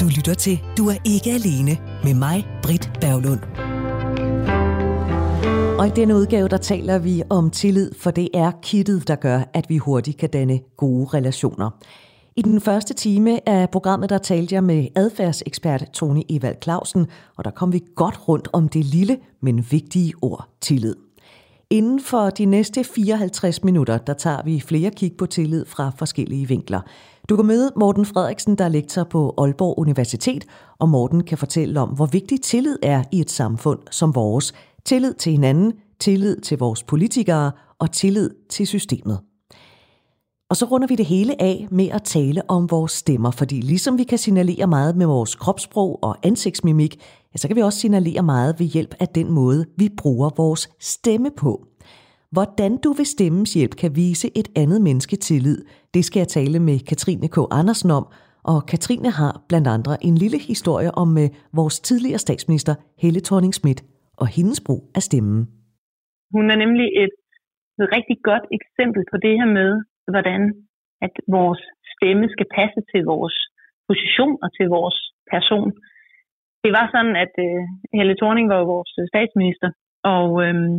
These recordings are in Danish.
lytter til Du er ikke alene med mig, Britt Berglund. Og i denne udgave, der taler vi om tillid, for det er kittet, der gør, at vi hurtigt kan danne gode relationer. I den første time af programmet, der talte jeg med adfærdsekspert Tony Evald Clausen, og der kom vi godt rundt om det lille, men vigtige ord tillid. Inden for de næste 54 minutter, der tager vi flere kig på tillid fra forskellige vinkler. Du kan møde Morten Frederiksen, der er lektor på Aalborg Universitet, og Morten kan fortælle om, hvor vigtig tillid er i et samfund som vores. Tillid til hinanden, tillid til vores politikere og tillid til systemet. Og så runder vi det hele af med at tale om vores stemmer, fordi ligesom vi kan signalere meget med vores kropssprog og ansigtsmimik, ja, så kan vi også signalere meget ved hjælp af den måde, vi bruger vores stemme på. Hvordan du ved stemmens hjælp kan vise et andet menneske tillid, det skal jeg tale med Katrine K. Andersen om, og Katrine har blandt andre en lille historie om vores tidligere statsminister Helle Thorning-Schmidt og hendes brug af stemmen. Hun er nemlig et rigtig godt eksempel på det her med, hvordan at vores stemme skal passe til vores position og til vores person. Det var sådan, at Helle Thorning var vores statsminister, og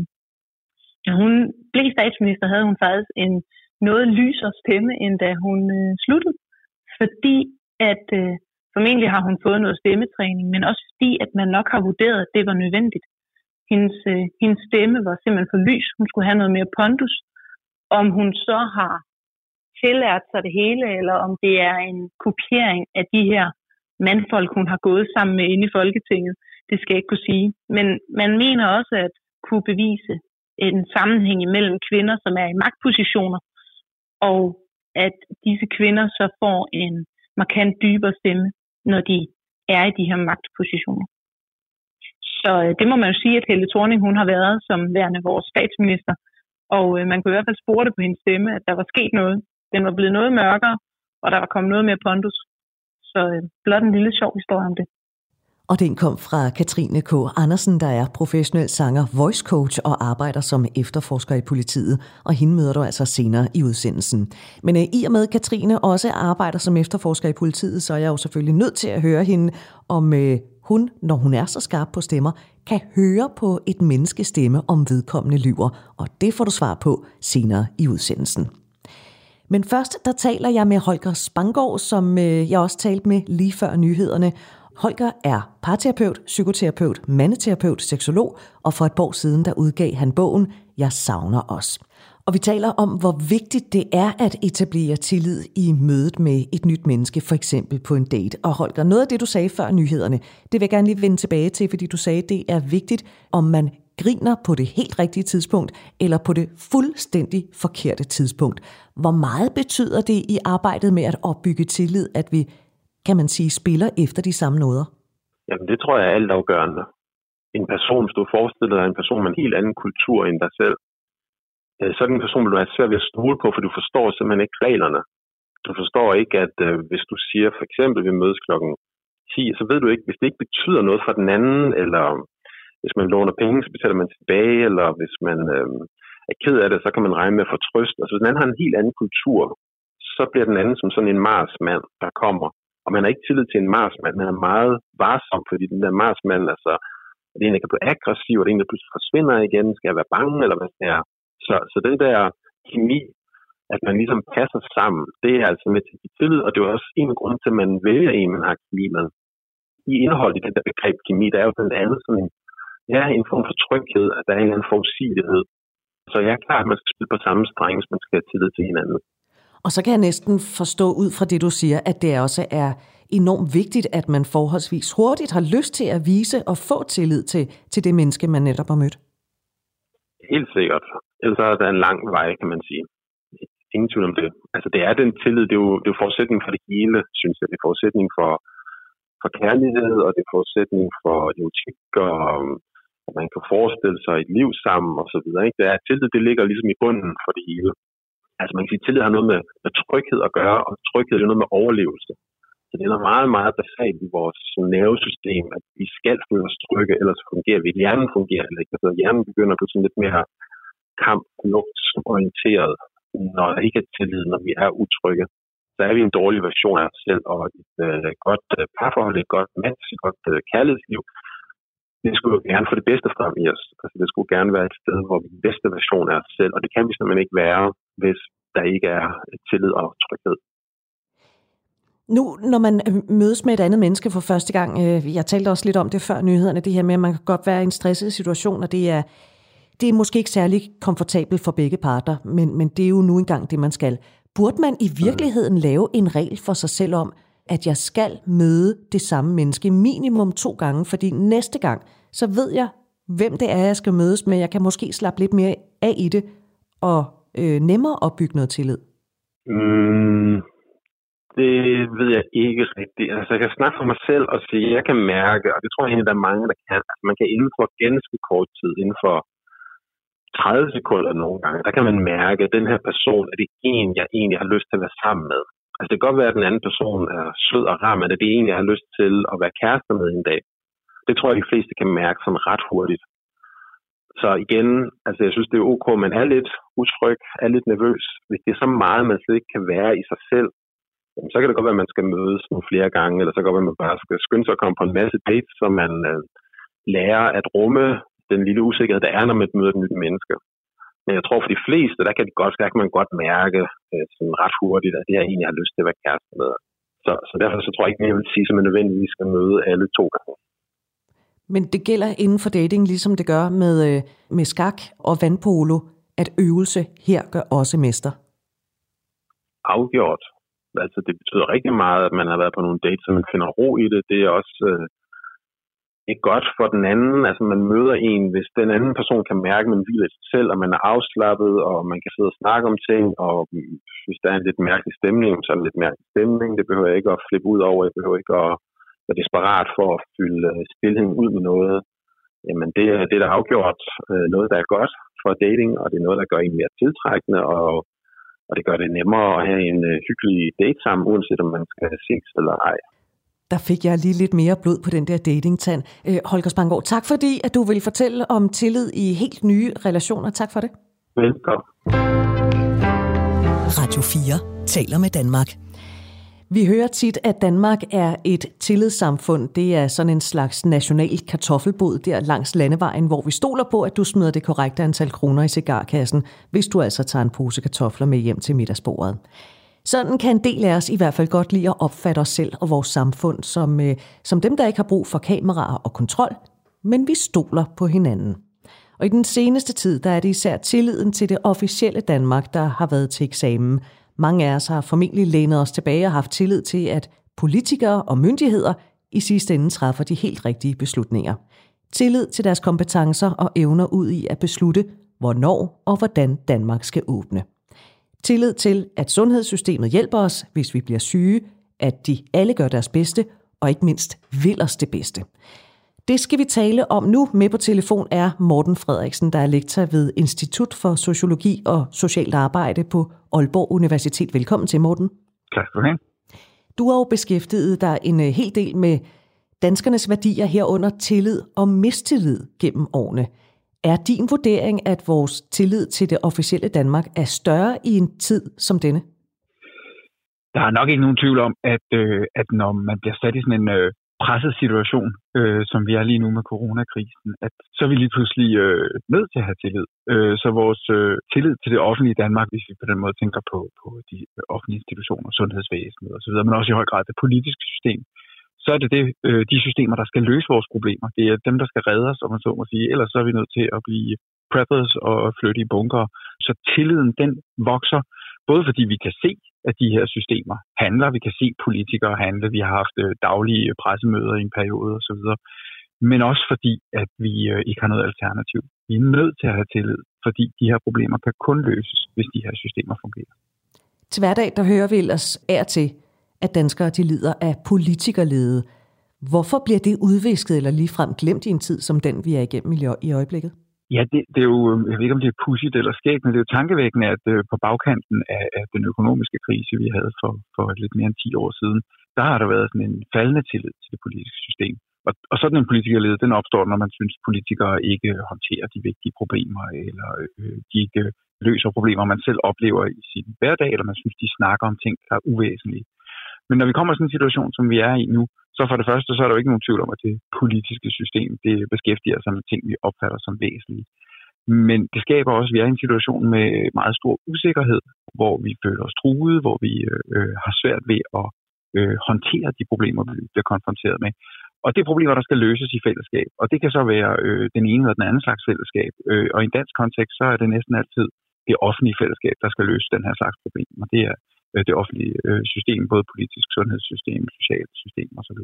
da hun blev statsminister, havde hun faktisk en noget lysere stemme, end da hun sluttede. Fordi at formentlig har hun fået noget stemmetræning, men også fordi, at man nok har vurderet, at det var nødvendigt. Hendes stemme var simpelthen for lys. Hun skulle have noget mere pondus. Om hun så har tillært sig det hele, eller om det er en kopiering af de her mandfolk, hun har gået sammen med inde i Folketinget, det skal jeg ikke kunne sige. Men man mener også at kunne bevise en sammenhæng imellem kvinder, som er i magtpositioner, og at disse kvinder så får en markant dybere stemme, når de er i de her magtpositioner. Så det må man jo sige, at Helle Thorning, hun har været som værende vores statsminister, og man kunne i hvert fald spore det på hendes stemme, at der var sket noget. Den var blevet noget mørkere, og der var kommet noget mere pondus. Så blot en lille sjov historie om det. Og den kom fra Katrine K. Andersen, der er professionel sanger, voice coach og arbejder som efterforsker i politiet. Og hende møder du altså senere i udsendelsen. Men i og med Katrine også arbejder som efterforsker i politiet, så er jeg jo selvfølgelig nødt til at høre hende, om hun, når hun er så skarp på stemmer, kan høre på et menneskes stemme, om vedkommende lyver. Og det får du svar på senere i udsendelsen. Men først, der taler jeg med Holger Spanggaard, som jeg også talte med lige før nyhederne. Holger er parterapeut, psykoterapeut, mandeterapeut, seksolog, og for et par år siden, der udgav han bogen Jeg savner os. Og vi taler om, hvor vigtigt det er at etablere tillid i mødet med et nyt menneske, for eksempel på en date. Og Holger, noget af det, du sagde før nyhederne, det vil jeg gerne lige vende tilbage til, fordi du sagde, det er vigtigt, om man griner på det helt rigtige tidspunkt, eller på det fuldstændig forkerte tidspunkt. Hvor meget betyder det i arbejdet med at opbygge tillid, at vi, kan man sige, spiller efter de samme noder? Jamen, det tror jeg er altafgørende. En person, hvis du forestiller dig en person med en helt anden kultur end dig selv, sådan en person vil du have svært ved at stole på, for du forstår simpelthen ikke reglerne. Du forstår ikke, at hvis du siger, for eksempel, vi mødes klokken 10, så ved du ikke, hvis det ikke betyder noget for den anden, eller hvis man låner penge, så betaler man tilbage, eller hvis man er ked af det, så kan man regne med at få trøst. Altså, hvis den anden har en helt anden kultur, så bliver den anden som sådan en marsmand, der kommer. Og man har ikke tillid til en marsmand, man er meget varsom, fordi den der marsmand, altså, det er en, der kan blive aggressiv, og det er en, der pludselig forsvinder igen, skal jeg være bange, eller hvad det er. Så den der kemi, at man ligesom passer sammen, det er altså med til at give tillid, og det er også en grund til, at man vælger en, man har kemi med. I indhold i det der begreb kemi, der er jo blandt andet sådan en form for tryghed, at der er en eller anden forudsigelighed. Så jeg er klar, at man skal spille på samme streng, hvis man skal have tillid til hinanden. Og så kan jeg næsten forstå ud fra det, du siger, at det også er enormt vigtigt, at man forholdsvis hurtigt har lyst til at vise og få tillid til det menneske, man netop har mødt. Helt sikkert. Ellers er der en lang vej, kan man sige. Ingen tvivl om det. Altså det er den tillid, det er jo forudsætning for det hele, synes jeg. Det er forudsætning for kærlighed, og det er forudsætning for erotik, og at man kan forestille sig et liv sammen, og så videre. Ikke? Det er tillid, det ligger ligesom i bunden for det hele. Altså man kan sige, at tillid har noget med tryghed at gøre, og tryghed er noget med overlevelse. Så det er noget meget, meget basalt i vores nervesystem, at vi skal føle os trygge, ellers fungerer vi. Hjernen fungerer ikke. Altså hjernen begynder at blive sådan lidt mere kampflugtsorienteret, når der ikke er tillid, når vi er utrygge. så er vi en dårlig version af os selv, og et godt parforhold, et godt match, et godt kærlighedsliv, det skulle jo gerne få det bedste frem i os. Altså, det skulle gerne være et sted, hvor vi er den bedste version af os selv, og det kan vi simpelthen ikke være, hvis der ikke er tillid og tryghed. Nu, når man mødes med et andet menneske for første gang, jeg talte også lidt om det før nyhederne, det her med, at man kan godt være i en stresset situation, og det er måske ikke særlig komfortabelt for begge parter, men det er jo nu engang det, man skal. Burde man i virkeligheden lave en regel for sig selv om, at jeg skal møde det samme menneske minimum 2 gange, fordi næste gang, så ved jeg, hvem det er, jeg skal mødes med. Jeg kan måske slappe lidt mere af i det, og nemmere opbygge noget tillid. Det ved jeg ikke rigtigt. Altså, jeg kan snakke for mig selv og sige, at jeg kan mærke, og det tror jeg egentlig, der er mange, der kan. Altså, man kan inden for ganske kort tid, inden for 30 sekunder nogle gange, der kan man mærke, at den her person er det en, jeg egentlig har lyst til at være sammen med. Altså, det kan godt være, at den anden person er sød og rar, men det er det en, jeg har lyst til at være kæreste med en dag. Det tror jeg, de fleste kan mærke sådan ret hurtigt. Så igen, altså jeg synes, det er ok, man er lidt utryg, er lidt nervøs. Hvis det er så meget, man slet ikke kan være i sig selv, så kan det godt være, at man skal mødes nogle flere gange, eller så kan det godt være, at man bare skal skynde sig at komme på en masse dates, så man lærer at rumme den lille usikkerhed, der er, når man møder et nyt menneske. Men jeg tror, for de fleste, der kan man godt mærke sådan ret hurtigt, at det her egentlig har lyst til at være kæreste med. Så derfor så tror jeg ikke, at jeg vil sige, at man nødvendigvis skal møde alle 2 gange. Men det gælder inden for dating, ligesom det gør med skak og vandpolo, at øvelse her gør også mester. Afgjort. Altså, det betyder rigtig meget, at man har været på nogle dates, så man finder ro i det. Det er også ikke godt for den anden. Altså, man møder en, hvis den anden person kan mærke, at man hviler i sig selv, og man er afslappet, og man kan sidde og snakke om ting, og hvis der er en lidt mærkelig stemning, så er det lidt mærkelig stemning. Det behøver jeg ikke at flippe ud over. Jeg behøver ikke at være desperat for at fylde stilheden ud med noget. Jamen, det er der afgjort noget, der er godt for dating, og det er noget, der gør en mere tiltrækkende, og det gør det nemmere at have en hyggelig date sammen, uanset om man skal ses eller ej. Der fik jeg lige lidt mere blod på den der datingtand. Holger Spangaard, tak fordi, at du vil fortælle om tillid i helt nye relationer. Tak for det. Velkommen. Radio 4 taler med Danmark. Vi hører tit, at Danmark er et tillidssamfund. Det er sådan en slags national kartoffelbod der langs landevejen, hvor vi stoler på, at du smider det korrekte antal kroner i cigarkassen, hvis du altså tager en pose kartofler med hjem til middagsbordet. Sådan kan en del af os i hvert fald godt lide at opfatte os selv og vores samfund som dem, der ikke har brug for kameraer og kontrol, men vi stoler på hinanden. Og i den seneste tid, der er det især tilliden til det officielle Danmark, der har været til eksamen. Mange af os har formentlig lænet os tilbage og haft tillid til, at politikere og myndigheder i sidste ende træffer de helt rigtige beslutninger. Tillid til deres kompetencer og evner ud i at beslutte, hvornår og hvordan Danmark skal åbne. Tillid til, at sundhedssystemet hjælper os, hvis vi bliver syge, at de alle gør deres bedste, og ikke mindst vil os det bedste. Det skal vi tale om nu. Med på telefon er Morten Frederiksen, der er lektor ved Institut for Sociologi og Socialt Arbejde på Aalborg Universitet. Velkommen til, Morten. Tak skal du have. Du har jo beskæftiget dig en hel del med danskernes værdier herunder tillid og mistillid gennem årene. Er din vurdering, at vores tillid til det officielle Danmark er større i en tid som denne? Der er nok ikke nogen tvivl om, at når man bliver sat i sådan en presset situation, som vi er lige nu med coronakrisen, at så er vi lige pludselig nødt til at have tillid. Så vores tillid til det offentlige Danmark, hvis vi på den måde tænker på de offentlige institutioner, sundhedsvæsenet osv., men også i høj grad det politiske system, så er det de systemer, der skal løse vores problemer. Det er dem, der skal redde os, om man så må sige. Ellers så er vi nødt til at blive preppers og flytte i bunker. Så tilliden, den vokser, både fordi vi kan se, at de her systemer handler. Vi kan se politikere handle. Vi har haft daglige pressemøder i en periode osv. Men også fordi, at vi ikke har noget alternativ. Vi er nødt til at have tillid, fordi de her problemer kan kun løses, hvis de her systemer fungerer. Til hverdag, der hører vi ellers til, at danskere de lider af politikerlede. Hvorfor bliver det udvisket eller ligefrem glemt i en tid som den, vi er igennem i øjeblikket? Ja, det er jo, jeg ved ikke om det er pudsigt eller skægt, men det er jo tankevækkende, at på bagkanten af den økonomiske krise, vi havde for lidt mere end 10 år siden, der har der været sådan en faldende tillid til det politiske system. Og sådan en politikerlede, den opstår, når man synes, politikere ikke håndterer de vigtige problemer, eller de ikke løser problemer, man selv oplever i sin hverdag, eller man synes, de snakker om ting, der er uvæsentlige. Men når vi kommer i sådan en situation, som vi er i nu, så for det første, så er der jo ikke nogen tvivl om, at det politiske system, det beskæftiger sig med ting, vi opfatter som væsentlige. Men det skaber også, at vi er i en situation med meget stor usikkerhed, hvor vi føler os truet, hvor vi har svært ved at håndtere de problemer, vi bliver konfronteret med. Og det er problemer, der skal løses i fællesskab. Og det kan så være den ene eller den anden slags fællesskab. Og i en dansk kontekst, så er det næsten altid det offentlige fællesskab, der skal løse den her slags problemer. Og det er det offentlige system, både politisk sundhedssystem, socialt system osv.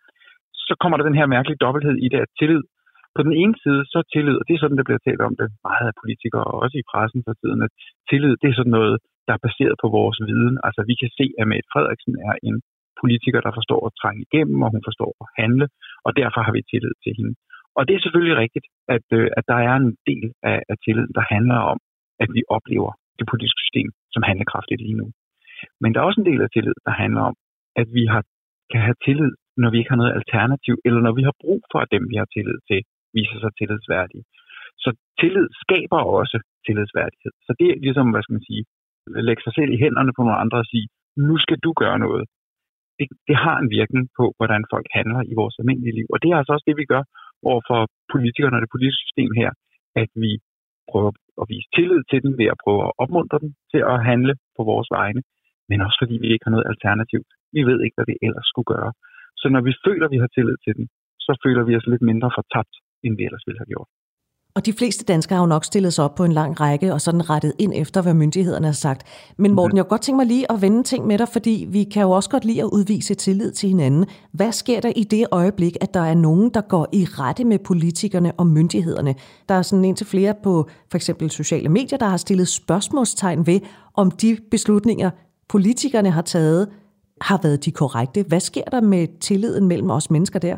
Så kommer der den her mærkelige dobbelthed i det, at tillid. På den ene side, så tillid, og det er sådan, der bliver talt om det meget af politikere, og også i pressen for tiden, at tillid, det er sådan noget, der er baseret på vores viden. Altså, vi kan se, at Mette Frederiksen er en politiker, der forstår at trænge igennem, og hun forstår at handle, og derfor har vi tillid til hende. Og det er selvfølgelig rigtigt, at der er en del af tilliden, der handler om, at vi oplever det politiske system som handlekraftigt lige nu. Men der er også en del af tillid, der handler om, at vi kan have tillid, når vi ikke har noget alternativ, eller når vi har brug for, at dem, vi har tillid til, viser sig tillidsværdige. Så tillid skaber også tillidsværdighed. Så det er ligesom, hvad skal man sige, lægge sig selv i hænderne på nogle andre og sige, nu skal du gøre noget. Det har en virkning på, hvordan folk handler i vores almindelige liv. Og det er altså også det, vi gør overfor politikerne og det politiske system her, at vi prøver at vise tillid til dem ved at prøve at opmuntre dem til at handle på vores vegne, men også fordi vi ikke har noget alternativ. Vi ved ikke, hvad vi ellers skulle gøre. Så når vi føler, at vi har tillid til dem, så føler vi os lidt mindre fortabt, end vi ellers ville have gjort. Og de fleste danskere har jo nok stillet sig op på en lang række og sådan rettet ind efter, hvad myndighederne har sagt. Men Morten, jeg kunne godt tænke mig lige at vende ting med dig, fordi vi kan jo også godt lide at udvise tillid til hinanden. Hvad sker der i det øjeblik, at der er nogen, der går i rette med politikerne og myndighederne? Der er sådan en til flere på for eksempel sociale medier, der har stillet spørgsmålstegn ved, om de beslutninger, politikerne har taget, har været de korrekte. Hvad sker der med tilliden mellem os mennesker der?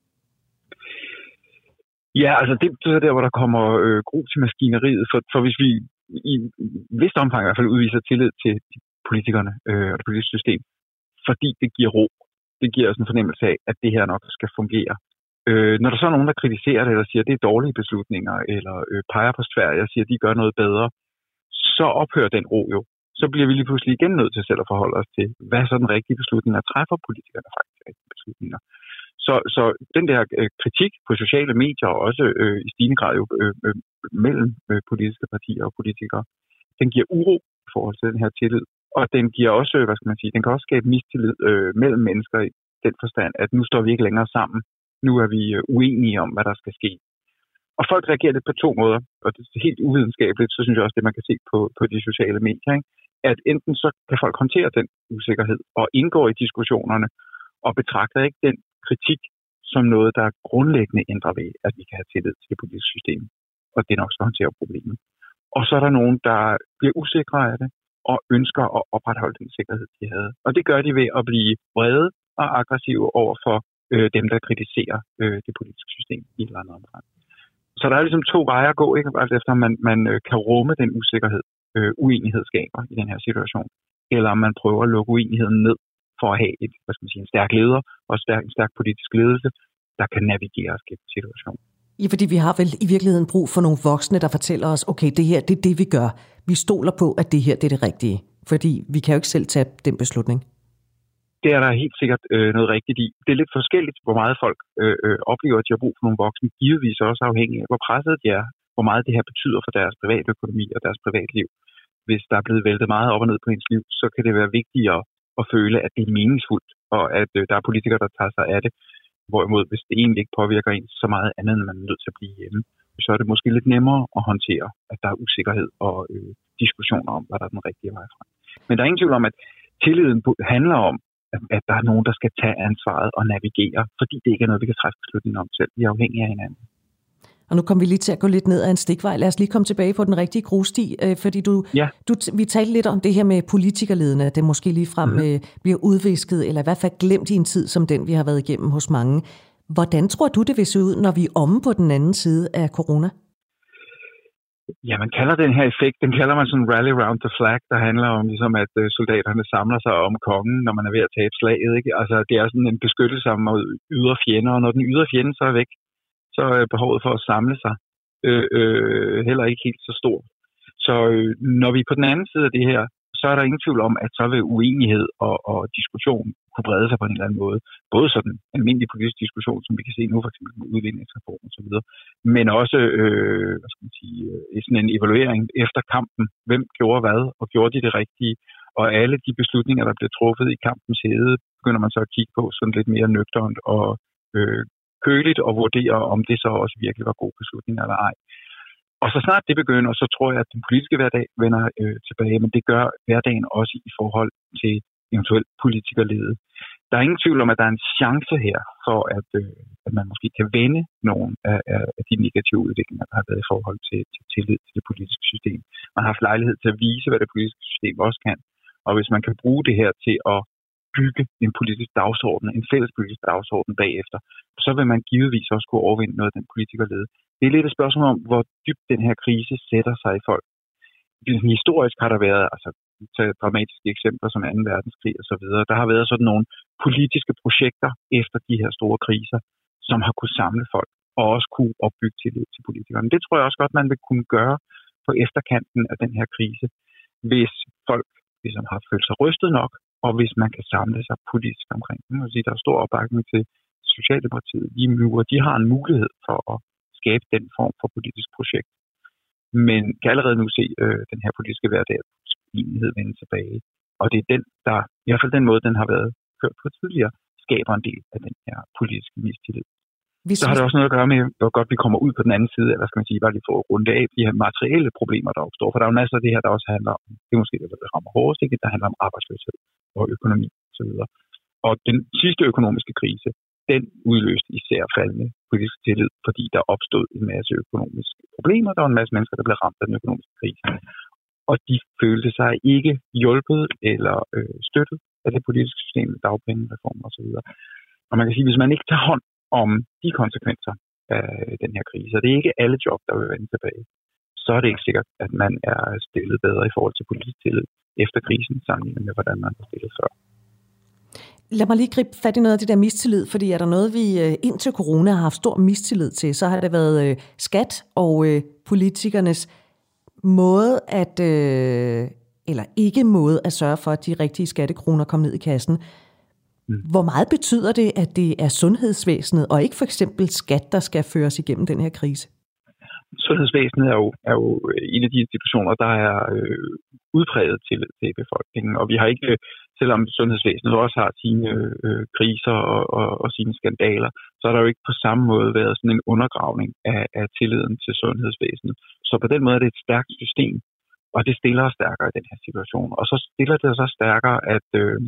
Ja, altså det er der, hvor der kommer grus til maskineriet, for hvis vi i vist omfang i hvert fald udviser tillid til politikerne og det politiske system, fordi det giver ro. Det giver os en fornemmelse af, at det her nok skal fungere. Når der så er nogen, der kritiserer det, eller siger, at det er dårlige beslutninger, eller peger på Sverige og siger, at de gør noget bedre, så ophører den ro jo. Så bliver vi lige pludselig igen nødt til selv at forholde os til, hvad så den rigtige beslutning er, træffer politikerne faktisk rigtige beslutninger. Så den der kritik på sociale medier, og også i stigende grad jo mellem politiske partier og politikere, den giver uro i forhold til den her tillid. Og den giver også, hvad skal man sige, den kan også skabe mistillid mellem mennesker i den forstand, at nu står vi ikke længere sammen. Nu er vi uenige om, hvad der skal ske. Og folk reagerer det på to måder, og det er helt uvidenskabeligt, så synes jeg også, det man kan se på de sociale medier, ikke? At enten så kan folk håndtere den usikkerhed og indgå i diskussionerne, og betragter ikke den kritik som noget, der grundlæggende ændrer ved, at vi kan have tillid til det politiske system, og det nok skal håndtere problemet. Og så er der nogen, der bliver usikre af det, og ønsker at opretholde den sikkerhed, de havde. Og det gør de ved at blive vrede og aggressive over for dem, der kritiserer det politiske system i et eller andet omfang. Så der er ligesom to veje at gå, ikke? Alt efter man kan rumme den usikkerhed, uenighed skaber i den her situation, eller man prøver at lukke uenigheden ned for at have en stærk leder og en stærk politisk ledelse, der kan navigere os gennem situationen. Ja, fordi vi har vel i virkeligheden brug for nogle voksne, der fortæller os, okay, det her, det er det, vi gør. Vi stoler på, at det her, det er det rigtige. Fordi vi kan jo ikke selv tage den beslutning. Det er der helt sikkert noget rigtigt i. Det er lidt forskelligt, hvor meget folk oplever, at de har brug for nogle voksne. Givetvis også afhængig af, hvor presset de er, hvor meget det her betyder for deres private økonomi og deres privatliv. Hvis der er blevet væltet meget op og ned på ens liv, så kan det være vigtigere at føle, at det er meningsfuldt, og at der er politikere, der tager sig af det. Hvorimod, hvis det egentlig ikke påvirker en så meget andet, end man er nødt til at blive hjemme, så er det måske lidt nemmere at håndtere, at der er usikkerhed og diskussioner om, hvad der er den rigtige vej fra. Men der er ingen tvivl om, at tilliden handler om, at der er nogen, der skal tage ansvaret og navigere, fordi det ikke er noget, vi kan træffe beslutninger om selv. Vi er afhængige af hinanden. Og nu kommer vi lige til at gå lidt ned ad en stikvej. Lad os lige komme tilbage på den rigtige grussti, fordi vi talte lidt om det her med politikerlederne, at det måske ligefrem bliver udvisket, eller i hvert fald glemt i en tid som den, vi har været igennem hos mange. Hvordan tror du, det vil se ud, når vi er omme på den anden side af corona? Ja, man kalder den her effekt, den kalder man sådan rally round the flag, der handler om ligesom, at soldaterne samler sig om kongen, når man er ved at tabe slaget, ikke? Altså, det er sådan en beskyttelse mod ydre fjender, og når den ydre fjende så er væk, så er behovet for at samle sig heller ikke helt så stor. Så når vi er på den anden side af det her, så er der ingen tvivl om, at så vil uenighed og diskussion kunne brede sig på en eller anden måde. Både sådan en almindelig politisk diskussion, som vi kan se nu, for eksempel med udviklingsreform og så videre, men også sådan en evaluering efter kampen. Hvem gjorde hvad, og gjorde de det rigtige? Og alle de beslutninger, der blev truffet i kampens hede, begynder man så at kigge på sådan lidt mere nøgternt og køligt og vurdere, om det så også virkelig var gode beslutninger eller ej. Og så snart det begynder, så tror jeg, at den politiske hverdag vender tilbage, men det gør hverdagen også i forhold til eventuelt politikerlede. Der er ingen tvivl om, at der er en chance her for, at man måske kan vende nogle af de negative udviklinger, der har været i forhold til tillid til det politiske system. Man har haft lejlighed til at vise, hvad det politiske system også kan. Og hvis man kan bruge det her til at bygge en politisk dagsorden, en fælles politisk dagsorden bagefter, så vil man givetvis også kunne overvinde noget af den politikerlede. Det er lidt et spørgsmål om, hvor dybt den her krise sætter sig i folk. Historisk har der været dramatiske eksempler som 2. verdenskrig og så videre. Der har været sådan nogle politiske projekter efter de her store kriser, som har kunne samle folk og også kunne opbygge tillid til politikerne. Det tror jeg også godt, man vil kunne gøre på efterkanten af den her krise, hvis folk ligesom har følt sig rystet nok, og hvis man kan samle sig politisk omkring. Man kan sige, der er stor opbakning til Socialdemokratiet lige nu, og de har en mulighed for at skabe den form for politisk projekt. Men kan allerede nu se den her politiske hverdag enighed vende tilbage. Og det er den, der, i hvert fald den måde, den har været kørt på tidligere, skaber en del af den her politiske mistillid. Så har det også noget at gøre med, hvor godt vi kommer ud på den anden side, eller skal man sige, bare lige for at runde af de her materielle problemer, der opstår. For der er jo masser af det her, der også handler om, det er måske det, der rammer hårdest, ikke? Der handler om arbejdsløshed og økonomi osv. Og den sidste økonomiske krise, den udløste især faldende politisk tillid, fordi der opstod en masse økonomiske problemer. Der var en masse mennesker, der blev ramt af den økonomiske krise. Og de følte sig ikke hjulpet eller støttet af det politiske system, dagpengereformer osv. Og man kan sige, at hvis man ikke tager hånd om de konsekvenser af den her krise, og det er ikke alle job, der vil vende tilbage, så er det ikke sikkert, at man er stillet bedre i forhold til politisk tillid efter krisen, sammenlignet med, hvordan man var stillet før. Lad mig lige gribe fat i noget af det der mistillid, fordi er der noget, vi indtil corona har haft stor mistillid til, så har det været skat og politikernes måde eller ikke måde at sørge for, at de rigtige skattekroner kom ned i kassen. Hvor meget betyder det, at det er sundhedsvæsenet, og ikke for eksempel skat, der skal føres igennem den her krise? Sundhedsvæsenet er jo en af de institutioner, der er udpræget til befolkningen, og vi har ikke, selvom sundhedsvæsenet også har sine kriser og sine skandaler, så har der jo ikke på samme måde været sådan en undergravning af tilliden til sundhedsvæsenet. Så på den måde er det et stærkt system, og det stiller os stærkere i den her situation. Og så stiller det så stærkere, at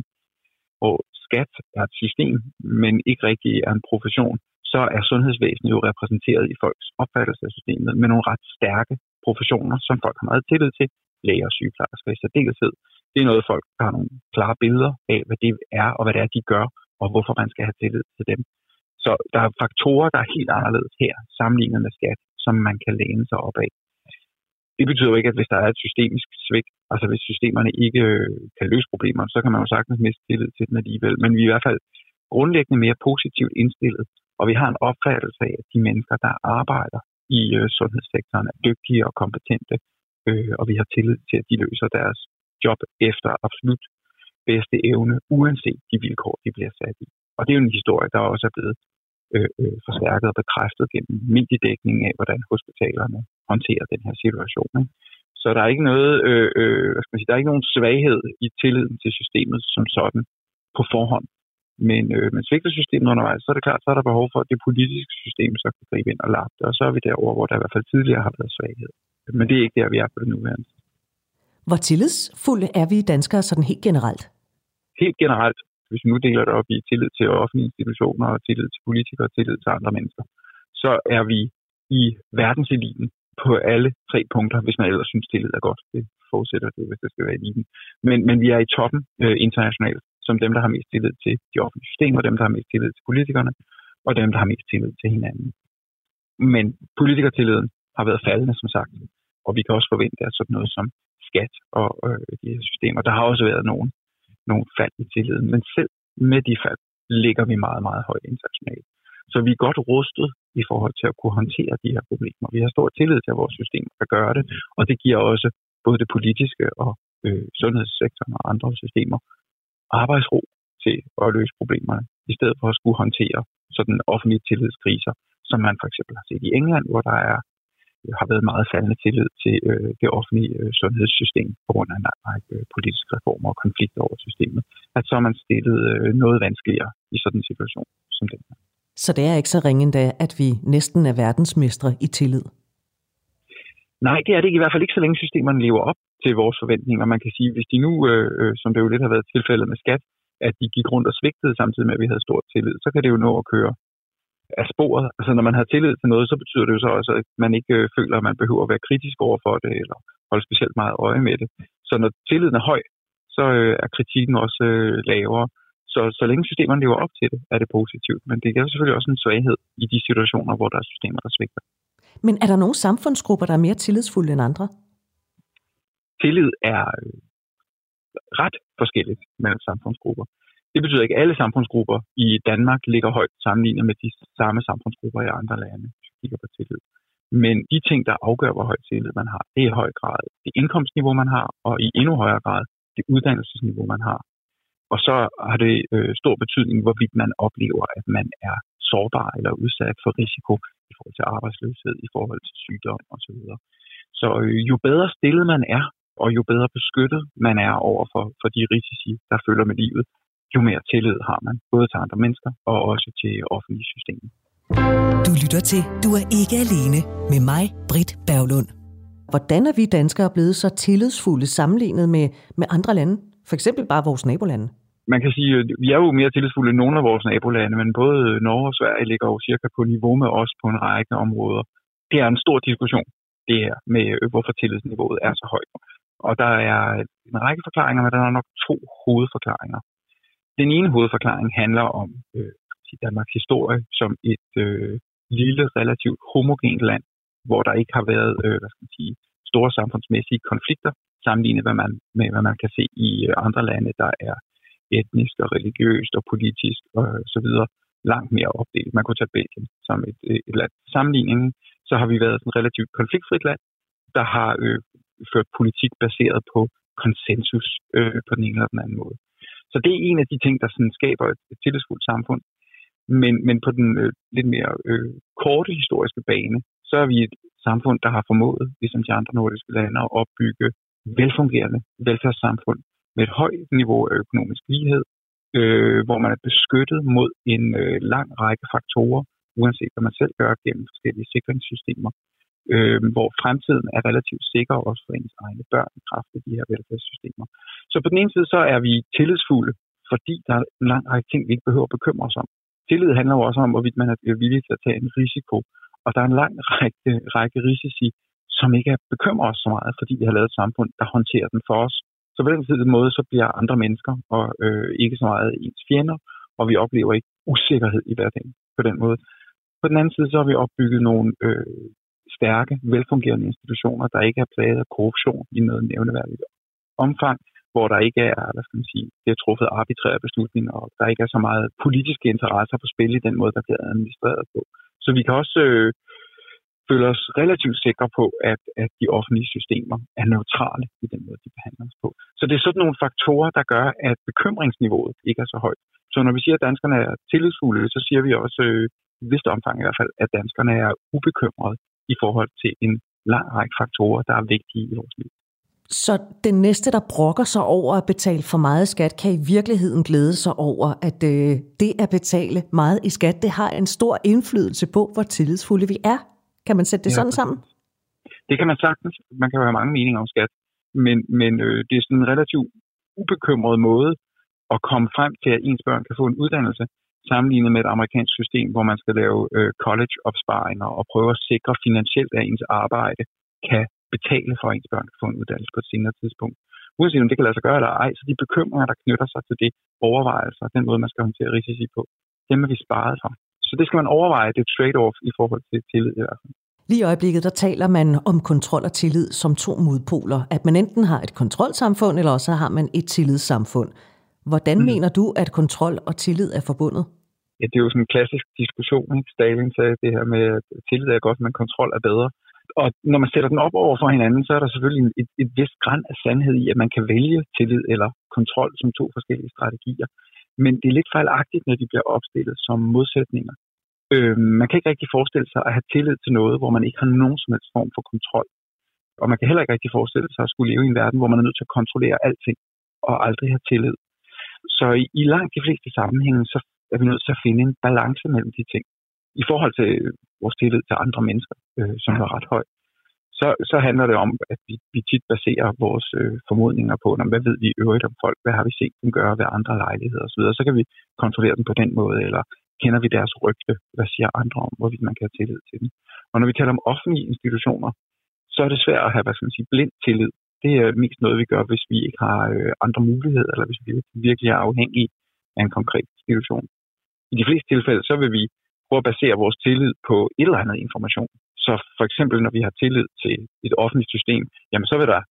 hvor skat er et system, men ikke rigtig er en profession, så er sundhedsvæsenet jo repræsenteret i folks opfattelse af systemet med nogle ret stærke professioner, som folk har meget tillid til, læger og sygeplejersker i særdeleshed. Det er noget, folk har nogle klare billeder af, hvad det er, og hvad det er, de gør, og hvorfor man skal have tillid til dem. Så der er faktorer, der er helt anderledes her, sammenlignet med skat, som man kan læne sig op af. Det betyder jo ikke, at hvis der er et systemisk svigt, altså hvis systemerne ikke kan løse problemer, så kan man jo sagtens miste tillid til dem alligevel. Men vi er i hvert fald grundlæggende mere positivt indstillet, og vi har en opfattelse af, at de mennesker, der arbejder i sundhedssektoren, er dygtige og kompetente, og vi har tillid til, at de løser deres job efter absolut bedste evne, uanset de vilkår, de bliver sat i. Og det er jo en historie, der også er blevet forstærket og bekræftet gennem mediedækning af, hvordan hospitalerne håndterer den her situation. Ikke? Så der er ikke noget, der er ikke nogen svaghed i tilliden til systemet som sådan på forhånd. Men svigter systemet undervejs, så er det klart, så er der behov for, at det politiske system så kan gribe ind og lappe det. Og så er vi derovre, hvor der i hvert fald tidligere har været svaghed. Men det er ikke der, vi er på det nuværende. Hvor tillidsfulde er vi danskere sådan helt generelt? Helt generelt, hvis vi nu deler det op i tillid til offentlige institutioner, og tillid til politikere og tillid til andre mennesker, så er vi i verdenseliten på alle 3 punkter, hvis man ellers synes, tillid er godt. Det forudsætter det, hvis det skal være eliten. Men vi er i toppen internationalt, som dem, der har mest tillid til de offentlige systemer, dem, der har mest tillid til politikerne, og dem, der har mest tillid til hinanden. Men politikertilliden har været faldende, som sagt, og vi kan også forvente, at sådan noget som skat og de her systemer, der har også været nogle fald i tilliden, men selv med de fald ligger vi meget, meget højt internationalt. Så vi er godt rustet i forhold til at kunne håndtere de her problemer. Vi har stor tillid til, at vores system kan gøre det, og det giver også både det politiske og sundhedssektoren og andre systemer arbejdsro til at løse problemerne, i stedet for at skulle håndtere sådan offentlige tillidskriser, som man for eksempel har set i England, hvor der har været meget faldende tillid til det offentlige sundhedssystem på grund af en lang række politiske reformer og konflikter over systemet, at så er man stillet noget vanskeligere i sådan en situation som den her. Så det er ikke så ringe endda, at vi næsten er verdensmestre i tillid? Nej, det er det ikke, i hvert fald ikke, så længe systemerne lever op til vores forventninger. Man kan sige, hvis de nu, som det jo lidt har været tilfældet med skat, at de gik rundt og svigtede samtidig med, at vi havde stor tillid, så kan det jo nå at køre af sporet. Altså når man har tillid til noget, så betyder det jo så også, at man ikke føler, at man behøver at være kritisk over for det, eller holde specielt meget øje med det. Så når tilliden er høj, så er kritikken også lavere. Så længe systemerne lever op til det, er det positivt. Men det er selvfølgelig også en svaghed i de situationer, hvor der er systemer, der svigter. Men er der nogle samfundsgrupper, der er mere tillidsfulde end andre? Tillid er ret forskelligt mellem samfundsgrupper. Det betyder ikke, at alle samfundsgrupper i Danmark ligger højt sammenlignet med de samme samfundsgrupper i andre lande, hvis vi kigger på tillid. Men de ting, der afgør, hvor høj tillid man har, det er i høj grad det indkomstniveau, man har, og i endnu højere grad det uddannelsesniveau, man har. Og så har det stor betydning, hvorvidt man oplever, at man er sårbar eller udsat for risiko i forhold til arbejdsløshed, i forhold til sygdom osv. Så jo bedre stillet man er, og jo bedre beskyttet man er over for de risici, der følger med livet, jo mere tillid har man, både til andre mennesker og også til offentlige systemer. Du lytter til Du er ikke alene med mig, Britt Berglund. Hvordan er vi danskere blevet så tillidsfulde sammenlignet med andre lande? For eksempel bare vores nabolande. Man kan sige, at vi er jo mere tillidsfulde end nogle af vores nabolande, men både Norge og Sverige ligger jo cirka på niveau med os på en række områder. Det er en stor diskussion, det her med, hvorfor tillidsniveauet er så højt. Og der er en række forklaringer, men der er nok 2 hovedforklaringer. Den ene hovedforklaring handler om Danmarks historie som et lille, relativt homogent land, hvor der ikke har været store samfundsmæssige konflikter, sammenlignet med, hvad man kan se i andre lande, der er etnisk og religiøst og politisk og så videre langt mere opdelt. Man kunne tage Belgien som et land. Sammenligningen, så har vi været et relativt konfliktfrit land, der har ført politik baseret på konsensus på den ene eller den anden måde. Så det er en af de ting, der sådan skaber et tillidsfuldt samfund. Men på den lidt mere korte historiske bane, så er vi et samfund, der har formået, ligesom de andre nordiske lande, at opbygge velfungerende velfærdssamfund med et højt niveau af økonomisk lighed, hvor man er beskyttet mod en lang række faktorer, uanset hvad man selv gør gennem forskellige sikringssystemer, hvor fremtiden er relativt sikker også for ens egne børn i kraft af de her velfærdssystemer. Så på den ene side, så er vi tillidsfulde, fordi der er en lang række ting, vi ikke behøver at bekymre os om. Tillid handler jo også om, hvorvidt man er villig til at tage en risiko, og der er en lang række risici, som ikke bekymrer os så meget, fordi vi har lavet et samfund, der håndterer den for os. Så på den måde, så bliver andre mennesker og ikke så meget ens fjender, og vi oplever ikke usikkerhed i hverdagen på den måde. På den anden side, så har vi opbygget nogle stærke, velfungerende institutioner, der ikke er plaget af korruption i noget nævneværdigt omfang, hvor der ikke er, det er truffet arbitrære beslutninger, og der ikke er så meget politiske interesser på spil i den måde, der bliver administreret på. Så vi kan også føle os relativt sikre på, at de offentlige systemer er neutrale i den måde, de behandler os på. Så det er sådan nogle faktorer, der gør, at bekymringsniveauet ikke er så højt. Så når vi siger, at danskerne er tillidsfulde, så siger vi også, i vist omfang i hvert fald, at danskerne er ubekymrede i forhold til en lang række faktorer, der er vigtige i vores liv. Så den næste, der brokker sig over at betale for meget skat, kan i virkeligheden glæde sig over, at det at betale meget i skat, det har en stor indflydelse på, hvor tillidsfulde vi er. Kan man sætte det sådan sammen? Det kan man sagtens. Man kan jo have mange meninger om skat, men det er sådan en relativt ubekymret måde at komme frem til, at ens børn kan få en uddannelse, sammenlignet med et amerikansk system, hvor man skal lave college-opsparinger og prøve at sikre finansielt, at ens arbejde kan betale for, at ens børn kan få en uddannelse på et senere tidspunkt. Uanset om det kan lade sig gøre eller ej, så de bekymringer, der knytter sig til det, overvejelser, den måde, man skal håndtere risici på, dem er vi sparet for. Så det skal man overveje, det er trade-off i forhold til tillid i hvert fald. Lige i øjeblikket, der taler man om kontrol og tillid som 2 modpoler. At man enten har et kontrolsamfund, eller også har man et tillidssamfund. Hvordan mener du, at kontrol og tillid er forbundet? Ja, det er jo sådan en klassisk diskussion, ikke? Stalin sagde det her med, at tillid er godt, men kontrol er bedre. Og når man sætter den op over for hinanden, så er der selvfølgelig et vist gran af sandhed i, at man kan vælge tillid eller kontrol som to forskellige strategier. Men det er lidt fejlagtigt, når de bliver opstillet som modsætninger. Man kan ikke rigtig forestille sig at have tillid til noget, hvor man ikke har nogen som helst form for kontrol. Og man kan heller ikke rigtig forestille sig at skulle leve i en verden, hvor man er nødt til at kontrollere alting og aldrig have tillid. Så i langt de fleste sammenhænge, så er vi nødt til at finde en balance mellem de ting. I forhold til vores tillid til andre mennesker, som er ret høj, så handler det om, at vi tit baserer vores formodninger på, hvad ved vi i øvrigt om folk, hvad har vi set dem gøre ved andre lejligheder osv. Så kan vi kontrollere dem på den måde, eller kender vi deres rygte, hvad siger andre om, hvorvidt man kan have tillid til dem. Og når vi taler om offentlige institutioner, så er det svært at have, blind tillid. Det er mest noget, vi gør, hvis vi ikke har andre muligheder, eller hvis vi virkelig er afhængige af en konkret institution. I de fleste tilfælde, så vil vi prøve at basere vores tillid på et eller andet information. Så for eksempel, når vi har tillid til et offentligt system, jamen så vil der,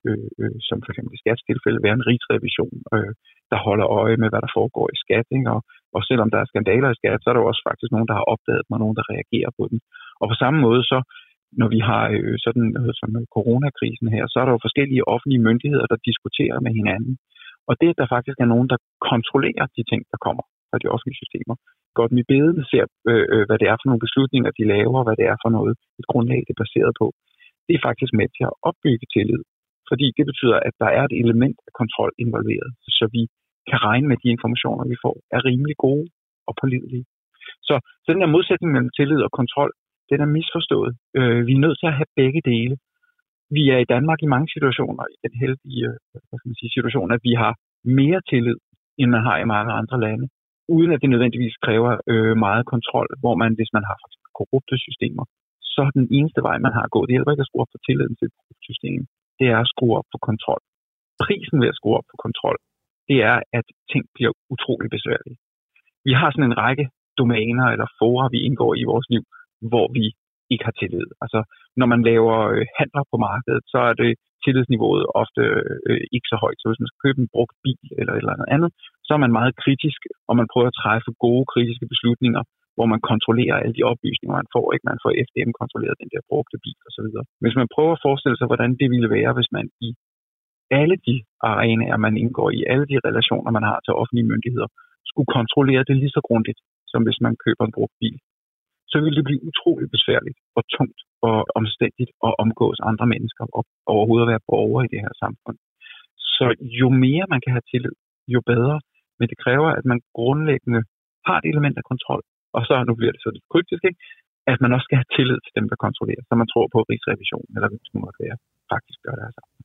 som for eksempel i skatstilfælde, være en rigsrevision, der holder øje med, hvad der foregår i skat. Ikke? Og selvom der er skandaler i skat, så er der jo også faktisk nogen, der har opdaget dem, og nogen, der reagerer på dem. Og på samme måde, så når vi har sådan noget som coronakrisen her, så er der jo forskellige offentlige myndigheder, der diskuterer med hinanden. Og det, at der faktisk er nogen, der kontrollerer de ting, der kommer fra de offentlige systemer, godt med bedene ser, hvad det er for nogle beslutninger, de laver, hvad det er for noget, et grundlag, det er baseret på. Det er faktisk med til at opbygge tillid. Fordi det betyder, at der er et element af kontrol involveret, så vi kan regne med, de informationer, vi får, er rimelig gode og pålidelige. Så den her modsætning mellem tillid og kontrol, den er misforstået. Vi er nødt til at have begge dele. Vi er i Danmark i mange situationer, i den heldige situation, at vi har mere tillid, end man har i mange andre lande, uden at det nødvendigvis kræver meget kontrol, hvor man, hvis man har for eksempel korrupte systemer, så er den eneste vej, man har at gå. Det hjælper ikke at skrue op for tilliden til et korrupt system. Det er at skrue op for kontrol. Prisen ved at skrue op for kontrol, det er, at ting bliver utrolig besværlige. Vi har sådan en række domæner eller fora, vi indgår i vores liv, hvor vi ikke har tillid. Altså, når man laver handler på markedet, så er det tillidsniveauet ofte ikke så højt. Så hvis man skal købe en brugt bil eller et eller andet, så er man meget kritisk, og man prøver at træffe gode kritiske beslutninger, hvor man kontrollerer alle de oplysninger, man får. Ikke? Man får FDM kontrolleret den der brugte bil osv. Hvis man prøver at forestille sig, hvordan det ville være, hvis man i alle de arenaer, man indgår i, alle de relationer, man har til offentlige myndigheder, skulle kontrollere det lige så grundigt, som hvis man køber en brugt bil, så ville det blive utrolig besværligt og tungt og omstændigt at omgås andre mennesker og overhovedet være borger i det her samfund. Så jo mere man kan have tillid, jo bedre. Men det kræver, at man grundlæggende har et element af kontrol. Og så, nu bliver det så lidt kryptisk, ikke? At man også skal have tillid til dem, der kontrollerer. Så man tror på rigsrevisionen, eller hvem det måtte være, faktisk gør det her sammen.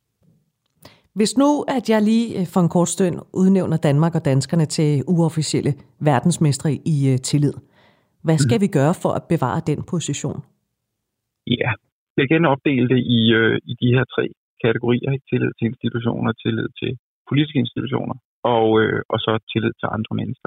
Hvis nu, at jeg lige for en kort stund udnævner Danmark og danskerne til uofficielle verdensmestre i tillid, hvad skal vi gøre for at bevare den position? Ja, jeg kan opdele det i de her 3 kategorier. Ikke? Tillid til institutioner, tillid til politiske institutioner og så tillid til andre mennesker.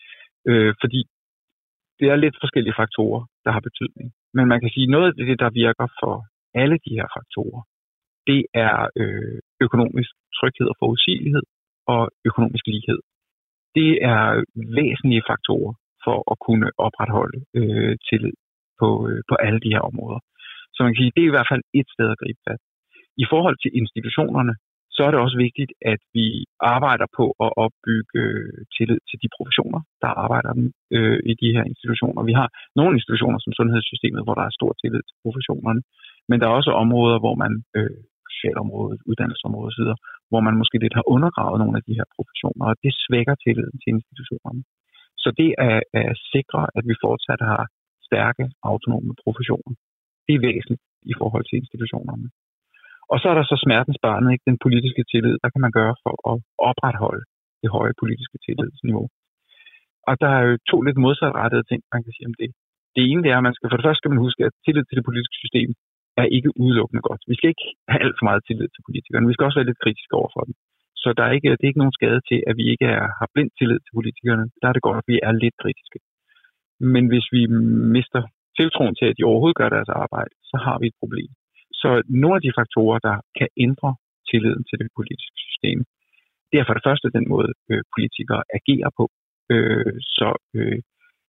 Fordi det er lidt forskellige faktorer, der har betydning. Men man kan sige, noget af det, der virker for alle de her faktorer, det er økonomisk tryghed og forudsigelighed og økonomisk lighed. Det er væsentlige faktorer for at kunne opretholde tillid på alle de her områder. Så man kan sige, det er i hvert fald et sted at gribe fat. I forhold til institutionerne, så er det også vigtigt, at vi arbejder på at opbygge tillid til de professioner, der arbejder i de her institutioner. Vi har nogle institutioner som sundhedssystemet, hvor der er stor tillid til professionerne, men der er også områder, hvor man, socialområdet, uddannelsesområdet osv., hvor man måske lidt har undergravet nogle af de her professioner, og det svækker tilliden til institutionerne. Så det er at sikre, at vi fortsat har stærke, autonome professioner. Det er væsentligt i forhold til institutionerne. Og så er der så smertensbarnet, ikke? Den politiske tillid. Hvad kan man gøre for at opretholde det høje politiske tillidsniveau? Og der er jo 2 lidt modsatrettede ting, man kan sige om det. Det ene det er, at for det første skal man huske, at tillid til det politiske system er ikke udelukkende godt. Vi skal ikke have alt for meget tillid til politikerne. Vi skal også være lidt kritiske over for dem. Så det er ikke nogen skade til, at vi ikke har blind tillid til politikerne. Der er det godt, at vi er lidt kritiske. Men hvis vi mister tiltroen til, at de overhovedet gør deres arbejde, så har vi et problem. Så nogle af de faktorer, der kan ændre tilliden til det politiske system, det er for det første den måde, politikere agerer på. Så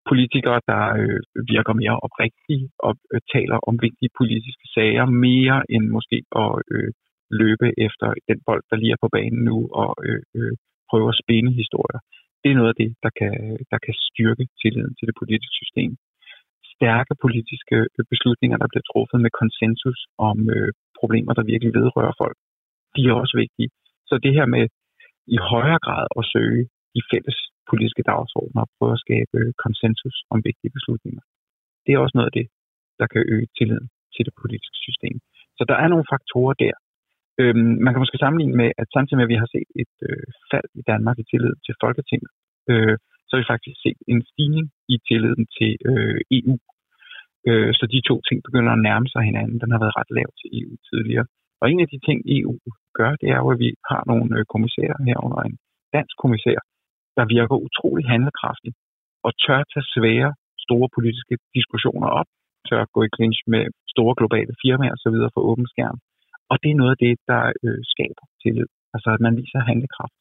politikere, der virker mere oprigtige og taler om vigtige politiske sager, mere end måske at løbe efter den bold, der lige er på banen nu, og prøve at spænde historier. Det er noget af det, der kan styrke tilliden til det politiske system. Stærke politiske beslutninger, der bliver truffet med konsensus om problemer, der virkelig vedrører folk, de er også vigtige. Så det her med i højere grad at søge de fælles politiske dagsordner og prøve at skabe konsensus om vigtige beslutninger, det er også noget af det, der kan øge tilliden til det politiske system. Så der er nogle faktorer der. Man kan måske sammenligne med, at samtidig med, at vi har set et fald i Danmark i tillid til Folketinget, så har vi faktisk set en stigning i tilliden til EU. Så de to ting begynder at nærme sig hinanden. Den har været ret lav til EU tidligere. Og en af de ting, EU gør, det er jo, at vi har nogle kommissærer herunder en dansk kommissær, der virker utrolig handlekraftig og tør tage svære, store politiske diskussioner op, tør gå i clinch med store globale firmaer osv. for åben skærm. Og det er noget af det, der skaber tillid. Altså, at man viser handlekraft.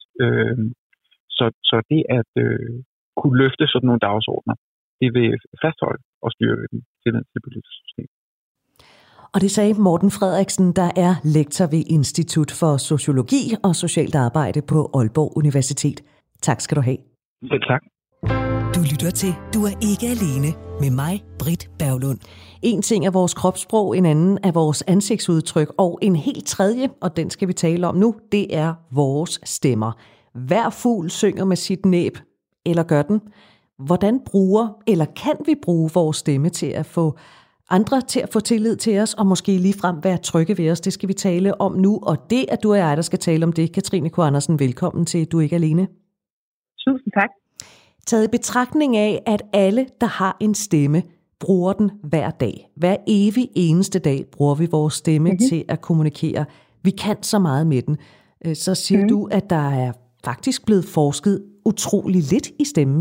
Så det at kunne løfte sådan nogle dagsordner, det vil fastholde og styrke den tillid til det politiske system. Og det sagde Morten Frederiksen, der er lektor ved Institut for Sociologi og Socialt Arbejde på Aalborg Universitet. Tak skal du have. Selv tak. Du lytter til Du er ikke alene med mig, Britt Berglund. En ting er vores kropssprog, en anden er vores ansigtsudtryk, og en helt tredje, og den skal vi tale om nu, det er vores stemmer. Hver fugl synger med sit næb, eller gør den? Hvordan bruger, eller kan vi bruge vores stemme til at få andre til at få tillid til os, og måske ligefrem være trygge ved os? Det skal vi tale om nu, og det er du og jeg, der skal tale om det. Katrine K. Andersen, velkommen til Du er ikke alene. Tusind tak. Taget i betragtning af, at alle, der har en stemme, bruger den hver dag. Hver evig eneste dag bruger vi vores stemme til at kommunikere. Vi kan så meget med den. Så siger du, at der er faktisk blevet forsket utrolig lidt i stemmen.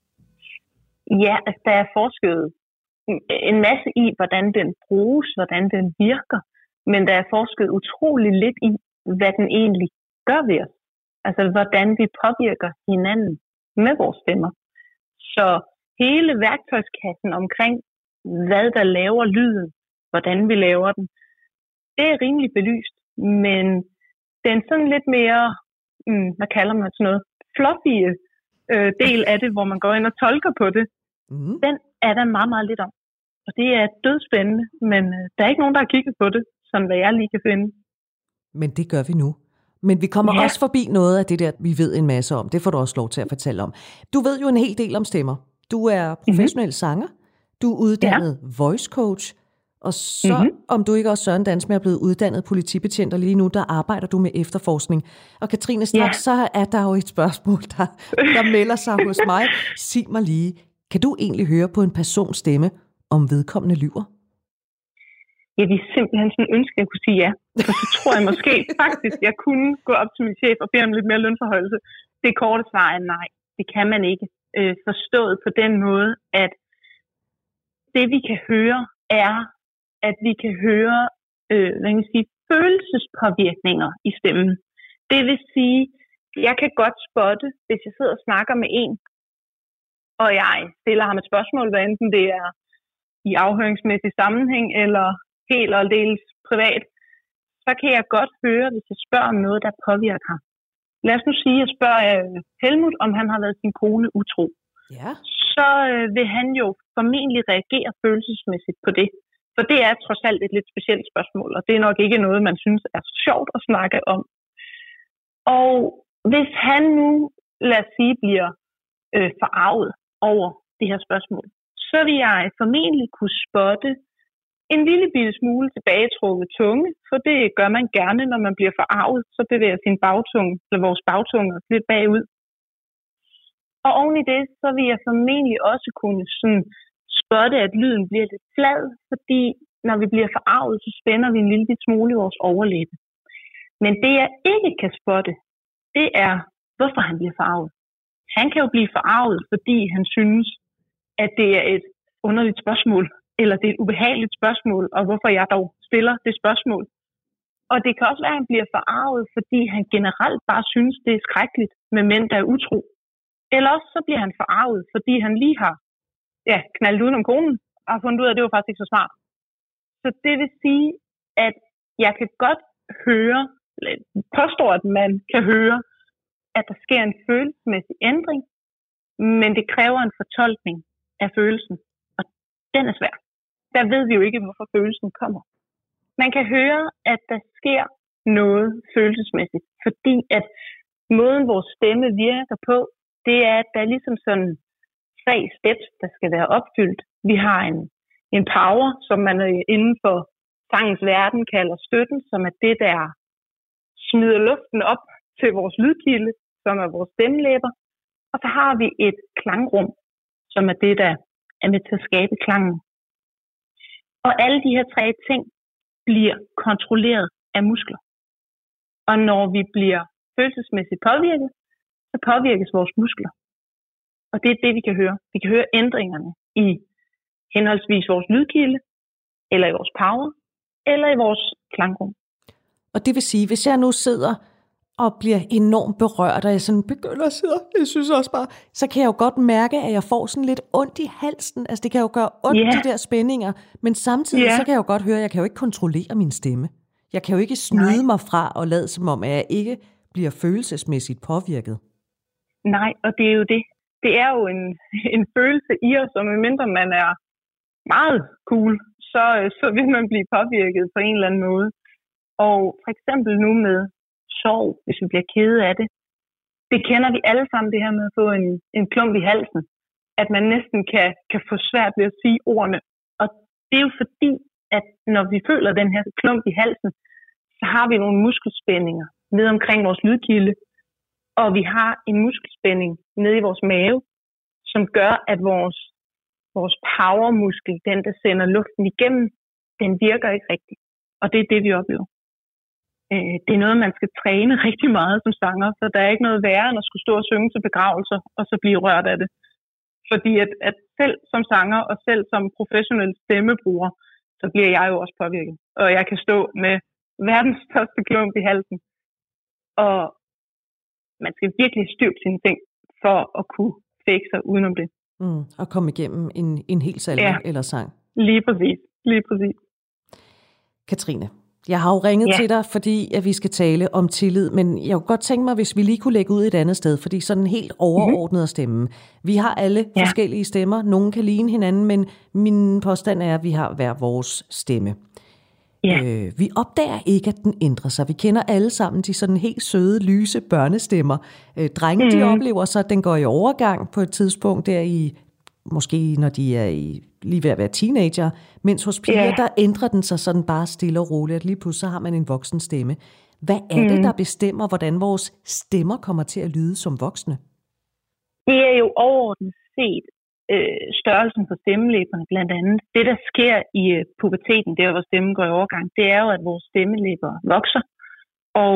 Ja, altså, der er forsket en masse i, hvordan den bruges, hvordan den virker, men der er forsket utrolig lidt i, hvad den egentlig gør ved os. Altså, hvordan vi påvirker hinanden med vores stemmer. Så hele værktøjskassen omkring, hvad der laver lyden, hvordan vi laver den, det er rimelig belyst, men den sådan lidt mere, hvad kalder man sådan noget, fluffy del af det, hvor man går ind og tolker på det, den er der meget, meget lidt om. Og det er dødspændende, men der er ikke nogen, der har kigget på det, sådan hvad jeg lige kan finde. Men det gør vi nu. Men vi kommer også forbi noget af det der, vi ved en masse om. Det får du også lov til at fortælle om. Du ved jo en hel del om stemmer. Du er professionel sanger. Du er uddannet voice coach. Og så, om du ikke også Søren Dansmer er blevet uddannet politibetjent, og lige nu, der arbejder du med efterforskning. Og Katrine, straks så er der jo et spørgsmål, der melder sig hos mig. Sig mig lige, kan du egentlig høre på en persons stemme, om vedkommende lyver? Jeg vil simpelthen sådan ønske, at jeg kunne sige ja. Og så tror jeg måske faktisk, at jeg kunne gå op til min chef og bede om lidt mere lønforhøjelse. Det korte svar er nej. Det kan man ikke. Forstået på den måde, at det vi kan høre, er, at vi kan høre følelsespåvirkninger i stemmen. Det vil sige, jeg kan godt spotte, hvis jeg sidder og snakker med en, og jeg stiller ham et spørgsmål, hvad enten det er i afhøringsmæssig sammenhæng, eller helt og dels privat, så kan jeg godt høre, hvis jeg spørger om noget, der påvirker ham. Lad os nu sige, at jeg spørger Helmut, om han har været sin kone utro. Ja. Så vil han jo formentlig reagere følelsesmæssigt på det. For det er trods alt et lidt specielt spørgsmål, og det er nok ikke noget, man synes er sjovt at snakke om. Og hvis han nu, lad os sige, bliver forarvet over det her spørgsmål, så vil jeg formentlig kunne spotte en lille bitte smule tilbagetrukket tunge, for det gør man gerne, når man bliver forarvet, så bevæger sin bagtunge, eller vores bagtunge lidt bagud. Og oven i det, så vil jeg formentlig også kunne sådan spotte, at lyden bliver lidt flad, fordi når vi bliver forarvet, så spænder vi en lille smule i vores overlæbe. Men det jeg ikke kan spotte, det er, hvorfor han bliver forarvet. Han kan jo blive forarvet, fordi han synes, at det er et underligt spørgsmål, eller det er et ubehageligt spørgsmål, og hvorfor jeg dog stiller det spørgsmål. Og det kan også være, at han bliver forarvet, fordi han generelt bare synes, det er skrækkeligt med mænd, der er utro. Eller også så bliver han forarvet, fordi han lige har knaldet udenom konen, og har fundet ud af, at det var faktisk ikke så smart. Så det vil sige, at jeg kan godt høre, påstår, at man kan høre, at der sker en følelsesmæssig ændring, men det kræver en fortolkning af følelsen, og den er svær. Der ved vi jo ikke, hvorfor følelsen kommer. Man kan høre, at der sker noget følelsesmæssigt, fordi at måden, vores stemme virker på, det er, at der er ligesom sådan 3 steps, der skal være opfyldt. Vi har en power, som man inden for sangens verden kalder støtten, som er det, der smider luften op til vores lydkilde, som er vores stemmelæber. Og så har vi et klangrum, som er det, der er med til at skabe klangen. Og alle de her 3 ting bliver kontrolleret af muskler. Og når vi bliver følelsesmæssigt påvirket, så påvirkes vores muskler. Og det er det, vi kan høre. Vi kan høre ændringerne i henholdsvis vores lydkilde, eller i vores power, eller i vores klangrum. Og det vil sige, hvis jeg nu sidder og bliver enormt berørt, og jeg sådan begynder at sidde, jeg synes også bare, så kan jeg jo godt mærke, at jeg får sådan lidt ondt i halsen. Altså det kan jo gøre ondt, de der spændinger, men samtidig så kan jeg jo godt høre, at jeg kan jo ikke kontrollere min stemme. Jeg kan jo ikke snyde mig fra og lade som om, at jeg ikke bliver følelsesmæssigt påvirket. Nej, og det er jo det. Det er jo en følelse i os, og medmindre man er meget cool, så vil man blive påvirket på en eller anden måde. Og for eksempel nu med sorg, hvis vi bliver kede af det. Det kender vi alle sammen, det her med at få en klump i halsen. At man næsten kan få svært ved at sige ordene. Og det er jo fordi, at når vi føler den her klump i halsen, så har vi nogle muskelspændinger ned omkring vores lydkilde. Og vi har en muskelspænding nede i vores mave, som gør, at vores powermuskel, den der sender luften igennem, den virker ikke rigtigt. Og det er det, vi oplever. Det er noget, man skal træne rigtig meget som sanger, så der er ikke noget værre end at skulle stå og synge til begravelser, og så blive rørt af det. Fordi at selv som sanger, og selv som professionel stemmebruger, så bliver jeg jo også påvirket. Og jeg kan stå med verdens største klump i halsen. Og man skal virkelig styrke sine ting, for at kunne fake sig udenom det. Og komme igennem en hel salme eller sang. Lige præcis. Katrine, jeg har jo ringet til dig, fordi at vi skal tale om tillid, men jeg kunne godt tænke mig, hvis vi lige kunne lægge ud et andet sted, fordi sådan helt overordnet at stemme. Vi har alle forskellige stemmer, nogle kan ligne hinanden, men min påstand er, at vi har hver vores stemme. Vi opdager ikke, at den ændrer sig. Vi kender alle sammen de sådan helt søde, lyse børnestemmer. Drenge, de oplever så, at den går i overgang på et tidspunkt der i, måske når de er lige ved at være teenager, mens hos piger, der ændrer den sig sådan bare stille og roligt, at lige pludselig så har man en voksen stemme. Hvad er det, der bestemmer, hvordan vores stemmer kommer til at lyde som voksne? Det er jo overordnet set størrelsen på stemmelæberne blandt andet. Det, der sker i puberteten, der hvor stemmen går i overgang, det er jo, at vores stemmelæber vokser. Og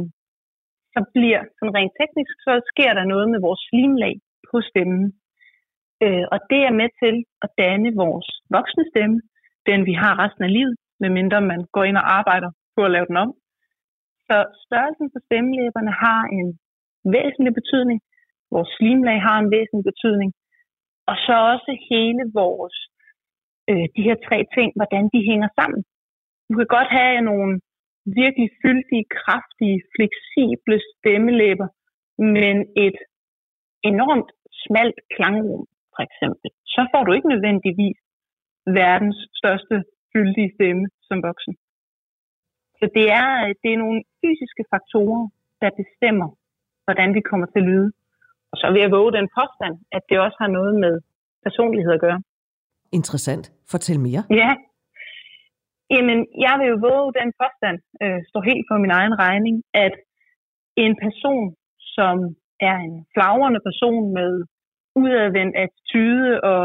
så bliver, sådan rent teknisk, så sker der noget med vores slimlag på stemmen. Og det er med til at danne vores voksne stemme, den vi har resten af livet, medmindre man går ind og arbejder på at lave den om. Så størrelsen på stemmelæberne har en væsentlig betydning. Vores slimlag har en væsentlig betydning. Og så også hele vores, de her 3 ting, hvordan de hænger sammen. Du kan godt have nogle virkelig fyldige, kraftige, fleksible stemmelæber, men et enormt smalt klangrum, for eksempel. Så får du ikke nødvendigvis verdens største fyldige stemme som voksen. Så det er nogle fysiske faktorer, der bestemmer, hvordan vi kommer til at lyde. Og så vil jeg våge den påstand, at det også har noget med personlighed at gøre. Interessant. Fortæl mere. Ja. Jamen, jeg vil jo våge den påstand, står helt for min egen regning, at en person, som er en flagrende person med udadvendt attitude og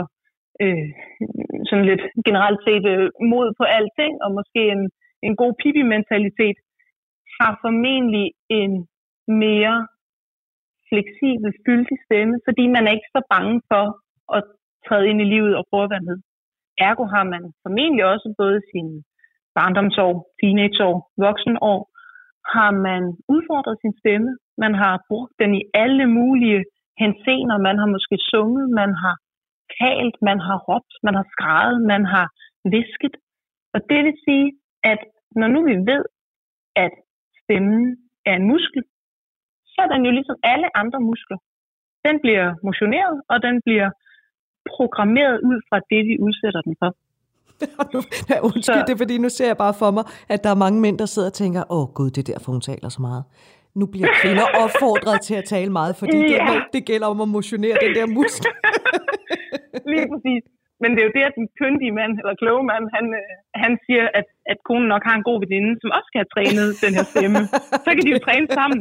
sådan lidt generelt set mod på alting, og måske en god pipi-mentalitet, har formentlig en mere fleksibel, fyldig stemme, fordi man er ikke så bange for at træde ind i livet og prøve at være med. Ergo har man formentlig også både sine barndomsår, teenageår, voksenår, har man udfordret sin stemme. Man har brugt den i alle mulige henseender. Man har måske sunget, man har kalt, man har råbt, man har skreget, man har hvisket. Og det vil sige, at når nu vi ved, at stemmen er en muskel, så er den jo ligesom alle andre muskler. Den bliver motioneret, og den bliver programmeret ud fra det, vi udsætter den for. Undskyld, det er fordi, nu ser jeg bare for mig, at der er mange mænd, der sidder og tænker, gud, det er derfor, hun taler så meget. Nu bliver kvinder opfordret til at tale meget, fordi det gælder om at motionere den der muskel. Lige præcis. Men det er jo det, at den kyndige mand, eller kloge mand, han siger, at konen nok har en god veninde, som også skal have trænet den her stemme. Så kan de jo træne sammen.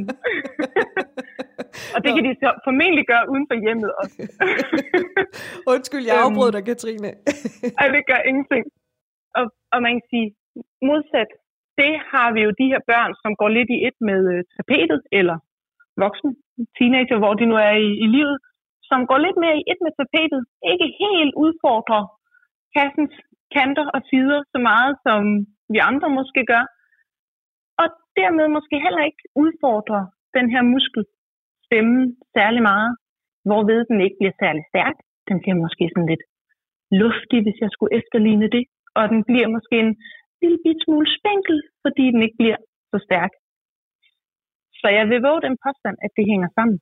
Og det kan de så formentlig gøre uden for hjemmet også. Undskyld, jeg afbrød dig, Katrine. Ej, det gør ingenting. Og man kan sige, modsat, det har vi jo de her børn, som går lidt i et med tapetet, eller voksne, teenager, hvor de nu er i livet, som går lidt mere i et med tapetet, ikke helt udfordrer kassens kanter og sider så meget, som vi andre måske gør, og dermed måske heller ikke udfordrer den her muskel, stemmen, særlig meget, hvorved den ikke bliver særlig stærk. Den bliver måske sådan lidt luftig, hvis jeg skulle efterligne det, og den bliver måske en lille smule spinkel, fordi den ikke bliver så stærk. Så jeg vil våge den påstand, at det hænger sammen.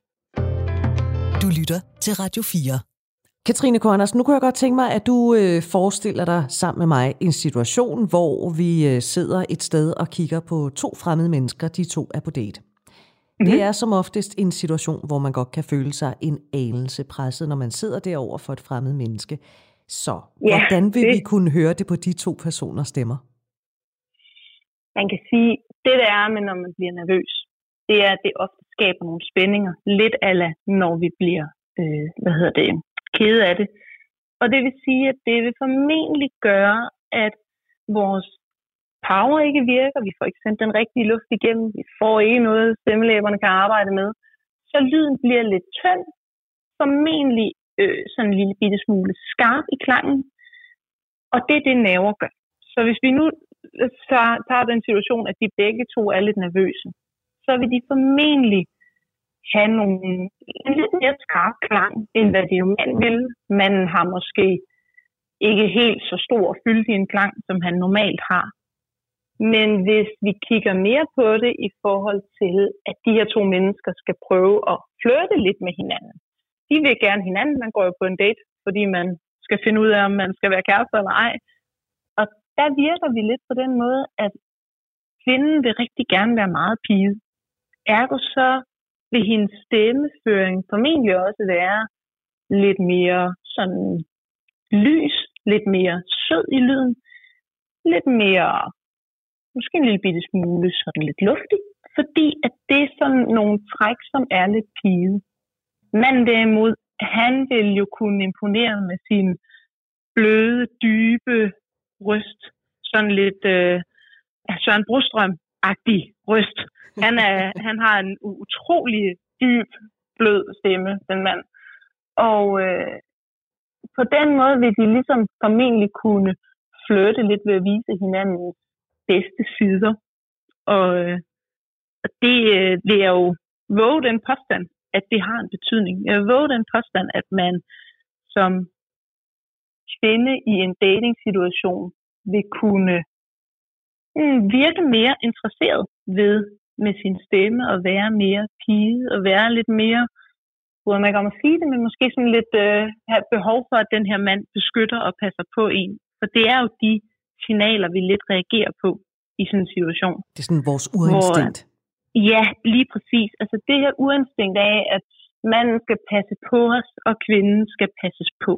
Du lytter til Radio 4. Katrine Korners, nu kunne jeg godt tænke mig, at du forestiller dig sammen med mig en situation, hvor vi sidder et sted og kigger på 2 fremmede mennesker. De 2 er på date. Det er som oftest en situation, hvor man godt kan føle sig en anelse presset, når man sidder derover for et fremmed menneske. Så hvordan vil vi kunne høre det på de 2 personers stemmer? Man kan sige, det der er med, når man bliver nervøs, det er, at det ofte skaber nogle spændinger. Lidt ala, når vi bliver kede af det. Og det vil sige, at det vil formentlig gøre, at vores power ikke virker. Vi får ikke sendt den rigtige luft igennem. Vi får ikke noget, stemmelæberne kan arbejde med. Så lyden bliver lidt tynd. Formentlig sådan en lille bitte smule skarp i klangen. Og det er det, nerver gør. Så hvis vi nu tager den situation, at de begge 2 er lidt nervøse, så vil de formentlig have en lidt mere skarp klang, end hvad det jo mand vil. Manden har måske ikke helt så stor og fyldig en klang, som han normalt har. Men hvis vi kigger mere på det i forhold til, at de her 2 mennesker skal prøve at flirte lidt med hinanden. De vil gerne hinanden, man går jo på en date, fordi man skal finde ud af, om man skal være kærester eller ej. Og der virker vi lidt på den måde, at kvinden vil rigtig gerne være meget pige. Ergo så vil hendes stemmeføring formentlig også være lidt mere sådan lys, lidt mere sød i lyden, lidt mere, måske en lille bitte smule sådan lidt luftig, fordi at det er sådan nogle træk, som er lidt pige. Manden derimod, han vil jo kunne imponere med sin bløde, dybe røst, sådan lidt Søren Brostrøm-agtig røst. Han har en utrolig dyb, blød stemme, den mand. Og på den måde vil de ligesom formentlig kunne flirte lidt ved at vise hinandens bedste sider. Og det vil jeg jo våge den påstand, at det har en betydning. Jeg vil våge den påstand, at man som kvinde i en dating-situation vil kunne virke mere interesseret ved med sin stemme og være mere pige og være lidt mere, hvor man ikke om at sige det, men måske sådan lidt have behov for, at den her mand beskytter og passer på en. For det er jo de signaler, vi lidt reagerer på i sådan en situation. Det er sådan vores urinstinkt. Ja, lige præcis. Altså det her urinstinkt af, at manden skal passe på os, og kvinden skal passes på.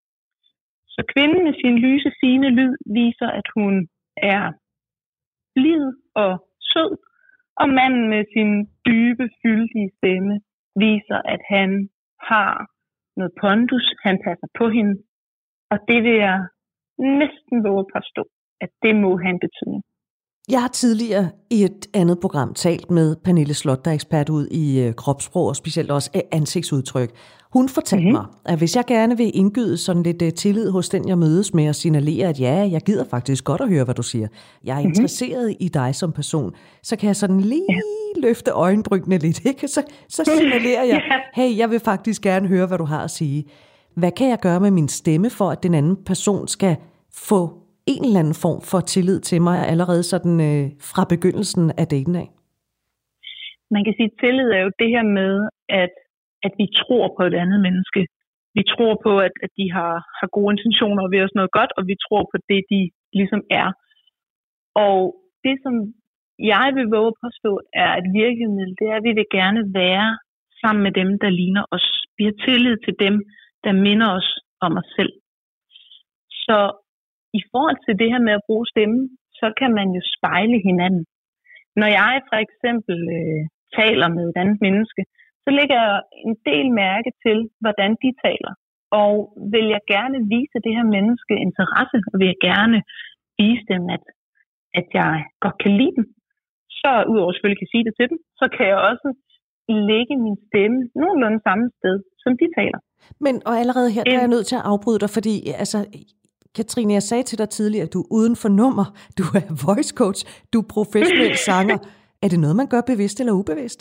Så kvinden med sin lyse, fine lyd viser, at hun er blid og sød, og manden med sin dybe, fyldige stemme viser, at han har noget pondus, han passer på hende, og det vil jeg næsten våge at påstå, at det må have en betydning. Jeg har tidligere i et andet program talt med Pernille Slot, der er ekspert ud i kropssprog og specielt også ansigtsudtryk. Hun fortalte mig, at hvis jeg gerne vil indgyde sådan lidt tillid hos den, jeg mødes med, og signalere, at ja, jeg gider faktisk godt at høre, hvad du siger. Jeg er interesseret i dig som person. Så kan jeg sådan lige løfte øjenbrynene lidt, ikke? Så signalerer jeg, hey, jeg vil faktisk gerne høre, hvad du har at sige. hvad kan jeg gøre med min stemme, for at den anden person skal få en eller anden form for tillid til mig, allerede sådan fra begyndelsen af daten af? Man kan sige, at tillid er jo det her med, at vi tror på et andet menneske. Vi tror på, at de har gode intentioner og vil os noget godt, og vi tror på det, de ligesom er. Og det, som jeg vil våge at påstå, er et virkemiddel, det er, at vi vil gerne være sammen med dem, der ligner os. Vi har tillid til dem, der minder os om os selv. Så i forhold til det her med at bruge stemmen, så kan man jo spejle hinanden. Når jeg for eksempel taler med et andet menneske, så lægger jeg en del mærke til, hvordan de taler. Og vil jeg gerne vise det her menneske interesse, og vil jeg gerne vise dem, at jeg godt kan lide dem, så udover selvfølgelig kan sige det til dem, så kan jeg også lægge min stemme nogenlunde samme sted, som de taler. Men og allerede her, der er jeg nødt til at afbryde dig, fordi altså, Katrine, jeg sagde til dig tidligere, at du er uden for nummer, du er voice coach, du er professionel sanger. Er det noget, man gør bevidst eller ubevidst?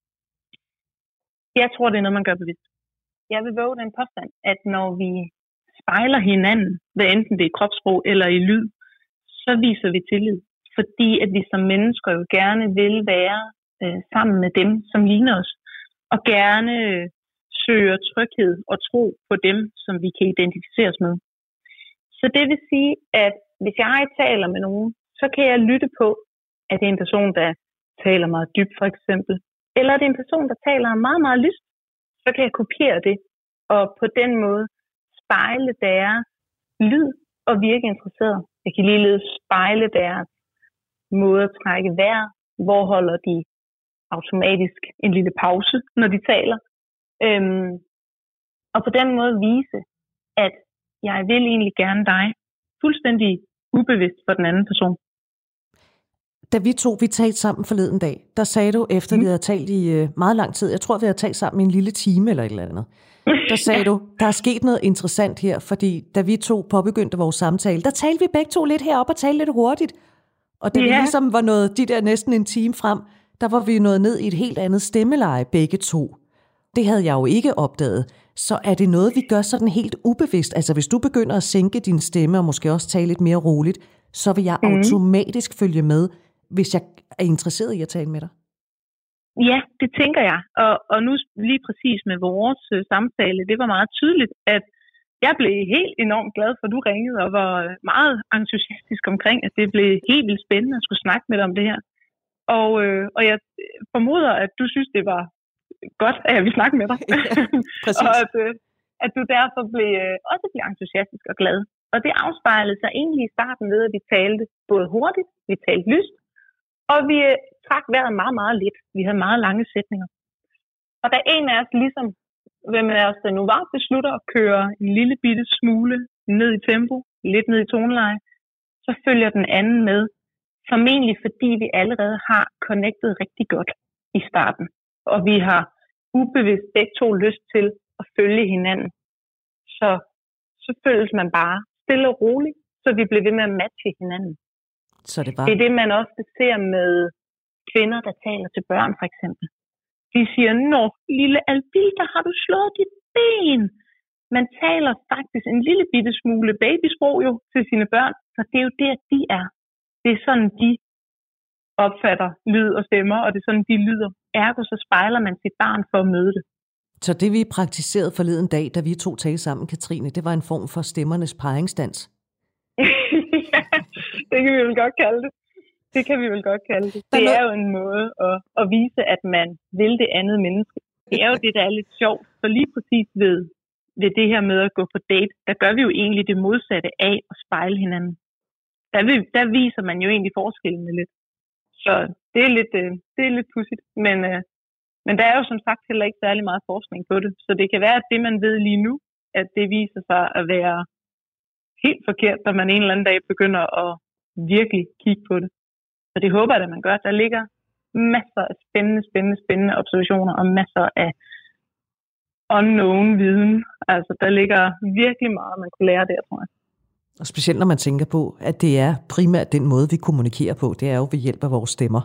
Jeg tror, det er noget, man gør bevidst. Jeg vil våge den påstand, at når vi spejler hinanden, hvad enten det er i kropssprog eller i lyd, så viser vi tillid. Fordi at vi som mennesker jo gerne vil være sammen med dem, som ligner os, og gerne søger tryghed og tro på dem, som vi kan identificeres med. Så det vil sige, at hvis jeg taler med nogen, så kan jeg lytte på, at det er en person, der taler meget dybt for eksempel, eller er det en person, der taler meget, meget lyst, så kan jeg kopiere det, og på den måde spejle deres lyd og virke interesseret. Jeg kan ligeledes spejle deres måde at trække vejret, hvor holder de automatisk en lille pause, når de taler. Og på den måde vise, at jeg vil egentlig gerne dig, fuldstændig ubevidst for den anden person. Da vi talte sammen forleden dag, der sagde du, efter vi havde talt i meget lang tid, jeg tror, vi havde talt sammen i en lille time eller et eller andet, der sagde du, der er sket noget interessant her, fordi da vi to påbegyndte vores samtale, der talte vi begge to lidt herop og talte lidt hurtigt. Og da vi ligesom var nået de der næsten en time frem, der var vi nået ned i et helt andet stemmeleje, begge to. Det havde jeg jo ikke opdaget. Så er det noget, vi gør sådan helt ubevidst? Altså hvis du begynder at sænke din stemme, og måske også tale lidt mere roligt, så vil jeg automatisk følge med, hvis jeg er interesseret i at tale med dig. Ja, det tænker jeg. Og nu lige præcis med vores samtale, det var meget tydeligt, at jeg blev helt enormt glad for, at du ringede og var meget entusiastisk omkring, at det blev helt vildt spændende at skulle snakke med dig om det her. Og jeg formoder, at du synes, det var godt, at jeg ville snakke med dig. Ja, og at du derfor også blev entusiastisk og glad. Og det afspejlede sig egentlig i starten ved, at vi talte både hurtigt, vi talte lyst, og vi trak vejret meget, meget lidt. Vi havde meget lange sætninger. Og da en af os ligesom, hvem af os der nu var, beslutter at køre en lille bitte smule ned i tempo, lidt ned i toneleje, så følger den anden med. Formentlig fordi vi allerede har connectet rigtig godt i starten. Og vi har ubevidst begge to lyst til at følge hinanden. Så føles man bare stille og roligt, så vi bliver ved med at matche hinanden. Så det er det, man ofte ser med kvinder, der taler til børn, for eksempel. De siger, nå, lille Alvilda, har du slået dit ben? Man taler faktisk en lille bitte smule babysprog jo til sine børn, så det er jo der, de er. Det er sådan, de opfatter lyd og stemmer, og det er sådan, de lyder. Ergo, så spejler man sit barn for at møde det. Så det, vi praktiserede forleden dag, da vi to talte sammen, Katrine, det var en form for stemmernes paringsdans? Ja, det kan vi vel godt kalde det. Det kan vi vel godt kalde det. Det er jo en måde at vise, at man vil det andet menneske. Det er jo det, der er lidt sjovt. Så lige præcis ved det her med at gå på date, der gør vi jo egentlig det modsatte af at spejle hinanden. Der viser man jo egentlig forskellene lidt. Så det er lidt pudsigt. Men der er jo som sagt heller ikke særlig meget forskning på det. Så det kan være, at det man ved lige nu, at det viser sig at være helt forkert, når man en eller anden dag begynder at virkelig kigge på det. Så det håber jeg, at man gør. Der ligger masser af spændende observationer og masser af unknown viden. Altså, der ligger virkelig meget, man kunne lære der, tror jeg. Og specielt når man tænker på, at det er primært den måde, vi kommunikerer på. Det er jo ved hjælp af vores stemmer.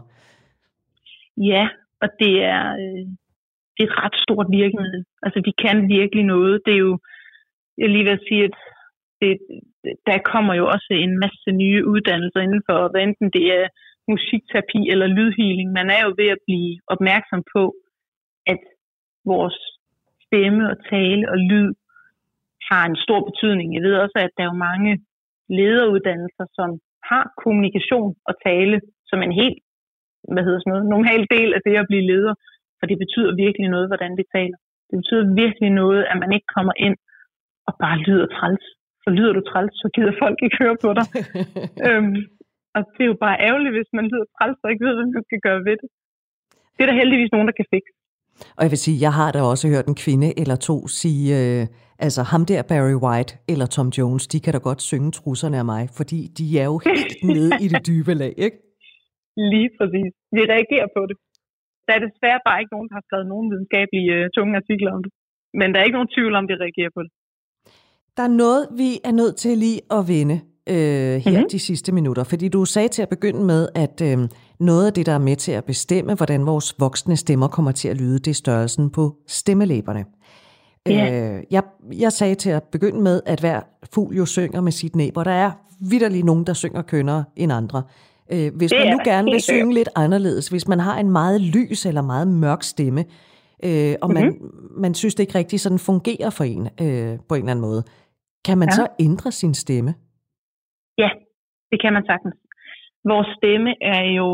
Ja, og det er et ret stort virkemiddel. Altså, vi kan virkelig noget. Det er jo jeg lige vil sige, at der kommer jo også en masse nye uddannelser inden for, hvad enten det er musikterapi eller lydhealing. Man er jo ved at blive opmærksom på, at vores stemme og tale og lyd har en stor betydning. Jeg ved også, at der er jo mange lederuddannelser, som har kommunikation og tale som en helt, normal del af det at blive leder. For det betyder virkelig noget, hvordan vi taler. Det betyder virkelig noget, at man ikke kommer ind og bare lyder træls. For lyder du træls, så gider folk ikke høre på dig. Og det er jo bare ærgerligt, hvis man lyder træls og ikke ved, hvad man skal gøre ved det. Det er der heldigvis nogen, der kan fikse. Og jeg vil sige, jeg har da også hørt en kvinde eller to sige, altså ham der Barry White eller Tom Jones, de kan da godt synge trusserne af mig, fordi de er jo helt nede i det dybe lag, ikke? Lige præcis. Vi reagerer på det. Der er desværre bare ikke nogen, der har skrevet nogen videnskabelige tunge artikler om det. Men der er ikke nogen tvivl om, de reagerer på det. Der er noget, vi er nødt til lige at vende her de sidste minutter. Fordi du sagde til at begynde med, at noget af det, der er med til at bestemme, hvordan vores voksne stemmer kommer til at lyde, det er størrelsen på stemmelæberne. Yeah. Jeg sagde til at begynde med, at hver fugl jo synger med sit næb, og der er vitterligt nogen, der synger kønnere end andre. Hvis man nu gerne vil synge lidt anderledes, hvis man har en meget lys eller meget mørk stemme, og man synes, det ikke rigtig sådan fungerer for en på en eller anden måde, kan man så ændre sin stemme? Ja, det kan man sagtens. Vores stemme er jo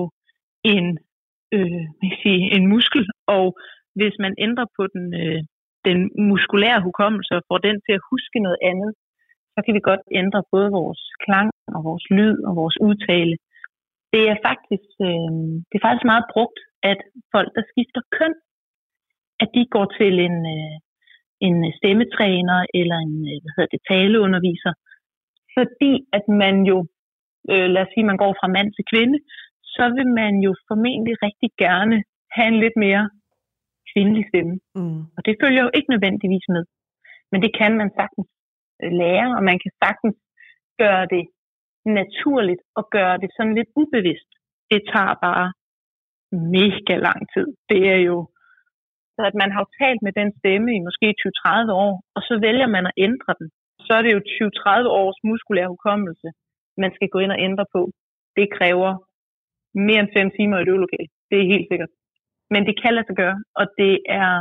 en muskel, og hvis man ændrer på den muskulære hukommelse og får den til at huske noget andet, så kan vi godt ændre både vores klang og vores lyd og vores udtale. Det er faktisk meget brugt, at folk, der skifter køn, at de går til en stemmetræner eller en taleunderviser, fordi at man jo, lad os sige, man går fra mand til kvinde, så vil man jo formentlig rigtig gerne have en lidt mere kvindelig stemme. Og det følger jo ikke nødvendigvis med. Men det kan man sagtens lære, og man kan sagtens gøre det naturligt og gøre det sådan lidt ubevidst. Det tager bare mega lang tid. Det er jo, at man har talt med den stemme i måske 20-30 år, og så vælger man at ændre den. Så er det jo 20-30 års muskulær hukommelse, man skal gå ind og ændre på. Det kræver mere end 5 timer i et øvelokale. Det er helt sikkert. Men det kan lade sig gøre, og det er...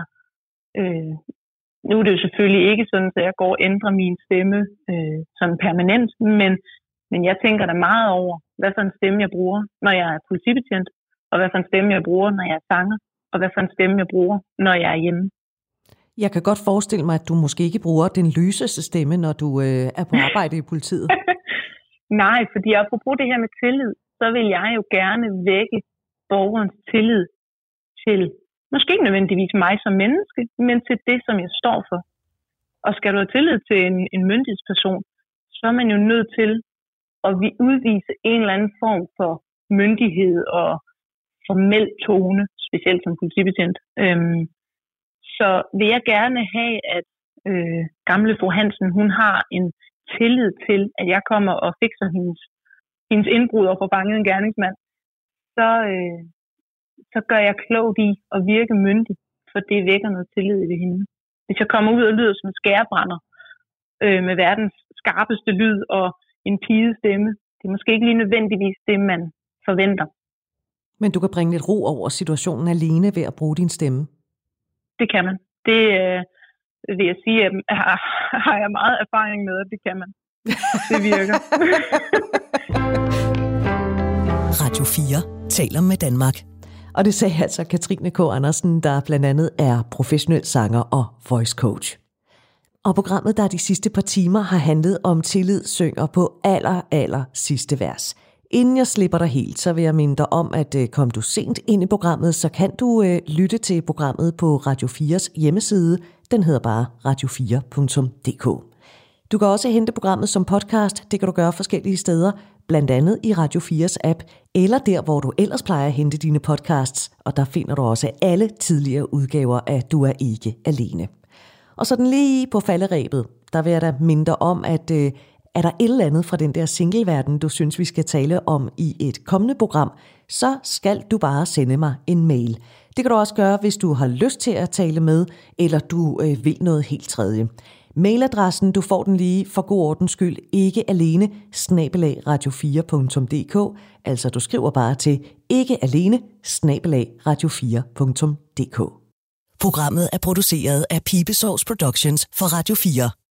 nu er det jo selvfølgelig ikke sådan, at jeg går og ændrer min stemme sådan permanent, men jeg tænker da meget over, hvad for en stemme jeg bruger, når jeg er politibetjent, og hvad for en stemme jeg bruger, når jeg er sanger, og hvad for en stemme jeg bruger, når jeg er hjemme. Jeg kan godt forestille mig, at du måske ikke bruger den lyseste stemme, når du er på arbejde i politiet. Nej, fordi apropos det her med tillid, så vil jeg jo gerne vække borgerens tillid til, måske ikke nødvendigvis mig som menneske, men til det, som jeg står for. Og skal du have tillid til en myndighedsperson, så er man jo nødt til at udvise en eller anden form for myndighed og formel tone, specielt som politibetjent. Så vil jeg gerne have, at gamle fru Hansen, hun har en tillid til, at jeg kommer og fikser hendes indbrud og får fanget en gerningsmand, så gør jeg klogt i at virke myndig, for det vækker noget tillid ved hende. Hvis jeg kommer ud og lyder som en skærebrænder med verdens skarpeste lyd og en pigestemme, det er måske ikke lige nødvendigvis det, man forventer. Men du kan bringe lidt ro over situationen alene ved at bruge din stemme? Det kan man. Det vil jeg sige, at har jeg meget erfaring med, at det kan man. Det virker. Radio 4 taler med Danmark. Og det sagde altså Katrine K. Andersen, der blandt andet er professionel sanger og voice coach. Og programmet, der de sidste par timer har handlet om tillid, synger på aller sidste vers. Inden jeg slipper dig helt, så vil jeg minde dig om, at kom du sent ind i programmet, så kan du lytte til programmet på Radio 4's hjemmeside. Den hedder bare radio4.dk. Du kan også hente programmet som podcast. Det kan du gøre forskellige steder, blandt andet i Radio 4's app, eller der, hvor du ellers plejer at hente dine podcasts. Og der finder du også alle tidligere udgaver af Du er ikke alene. Og sådan lige på falderebet, der vil jeg da minde dig om, at er der et eller andet fra den der singleverden, du synes, vi skal tale om i et kommende program, så skal du bare sende mig en mail. Det kan du også gøre, hvis du har lyst til at tale med, eller du vil noget helt tredje. Mailadressen, du får den lige for god ordens skyld, ikke alene @radio4.dk. Altså du skriver bare til ikke alene @radio4.dk. Programmet er produceret af Pibesovs Productions for Radio 4.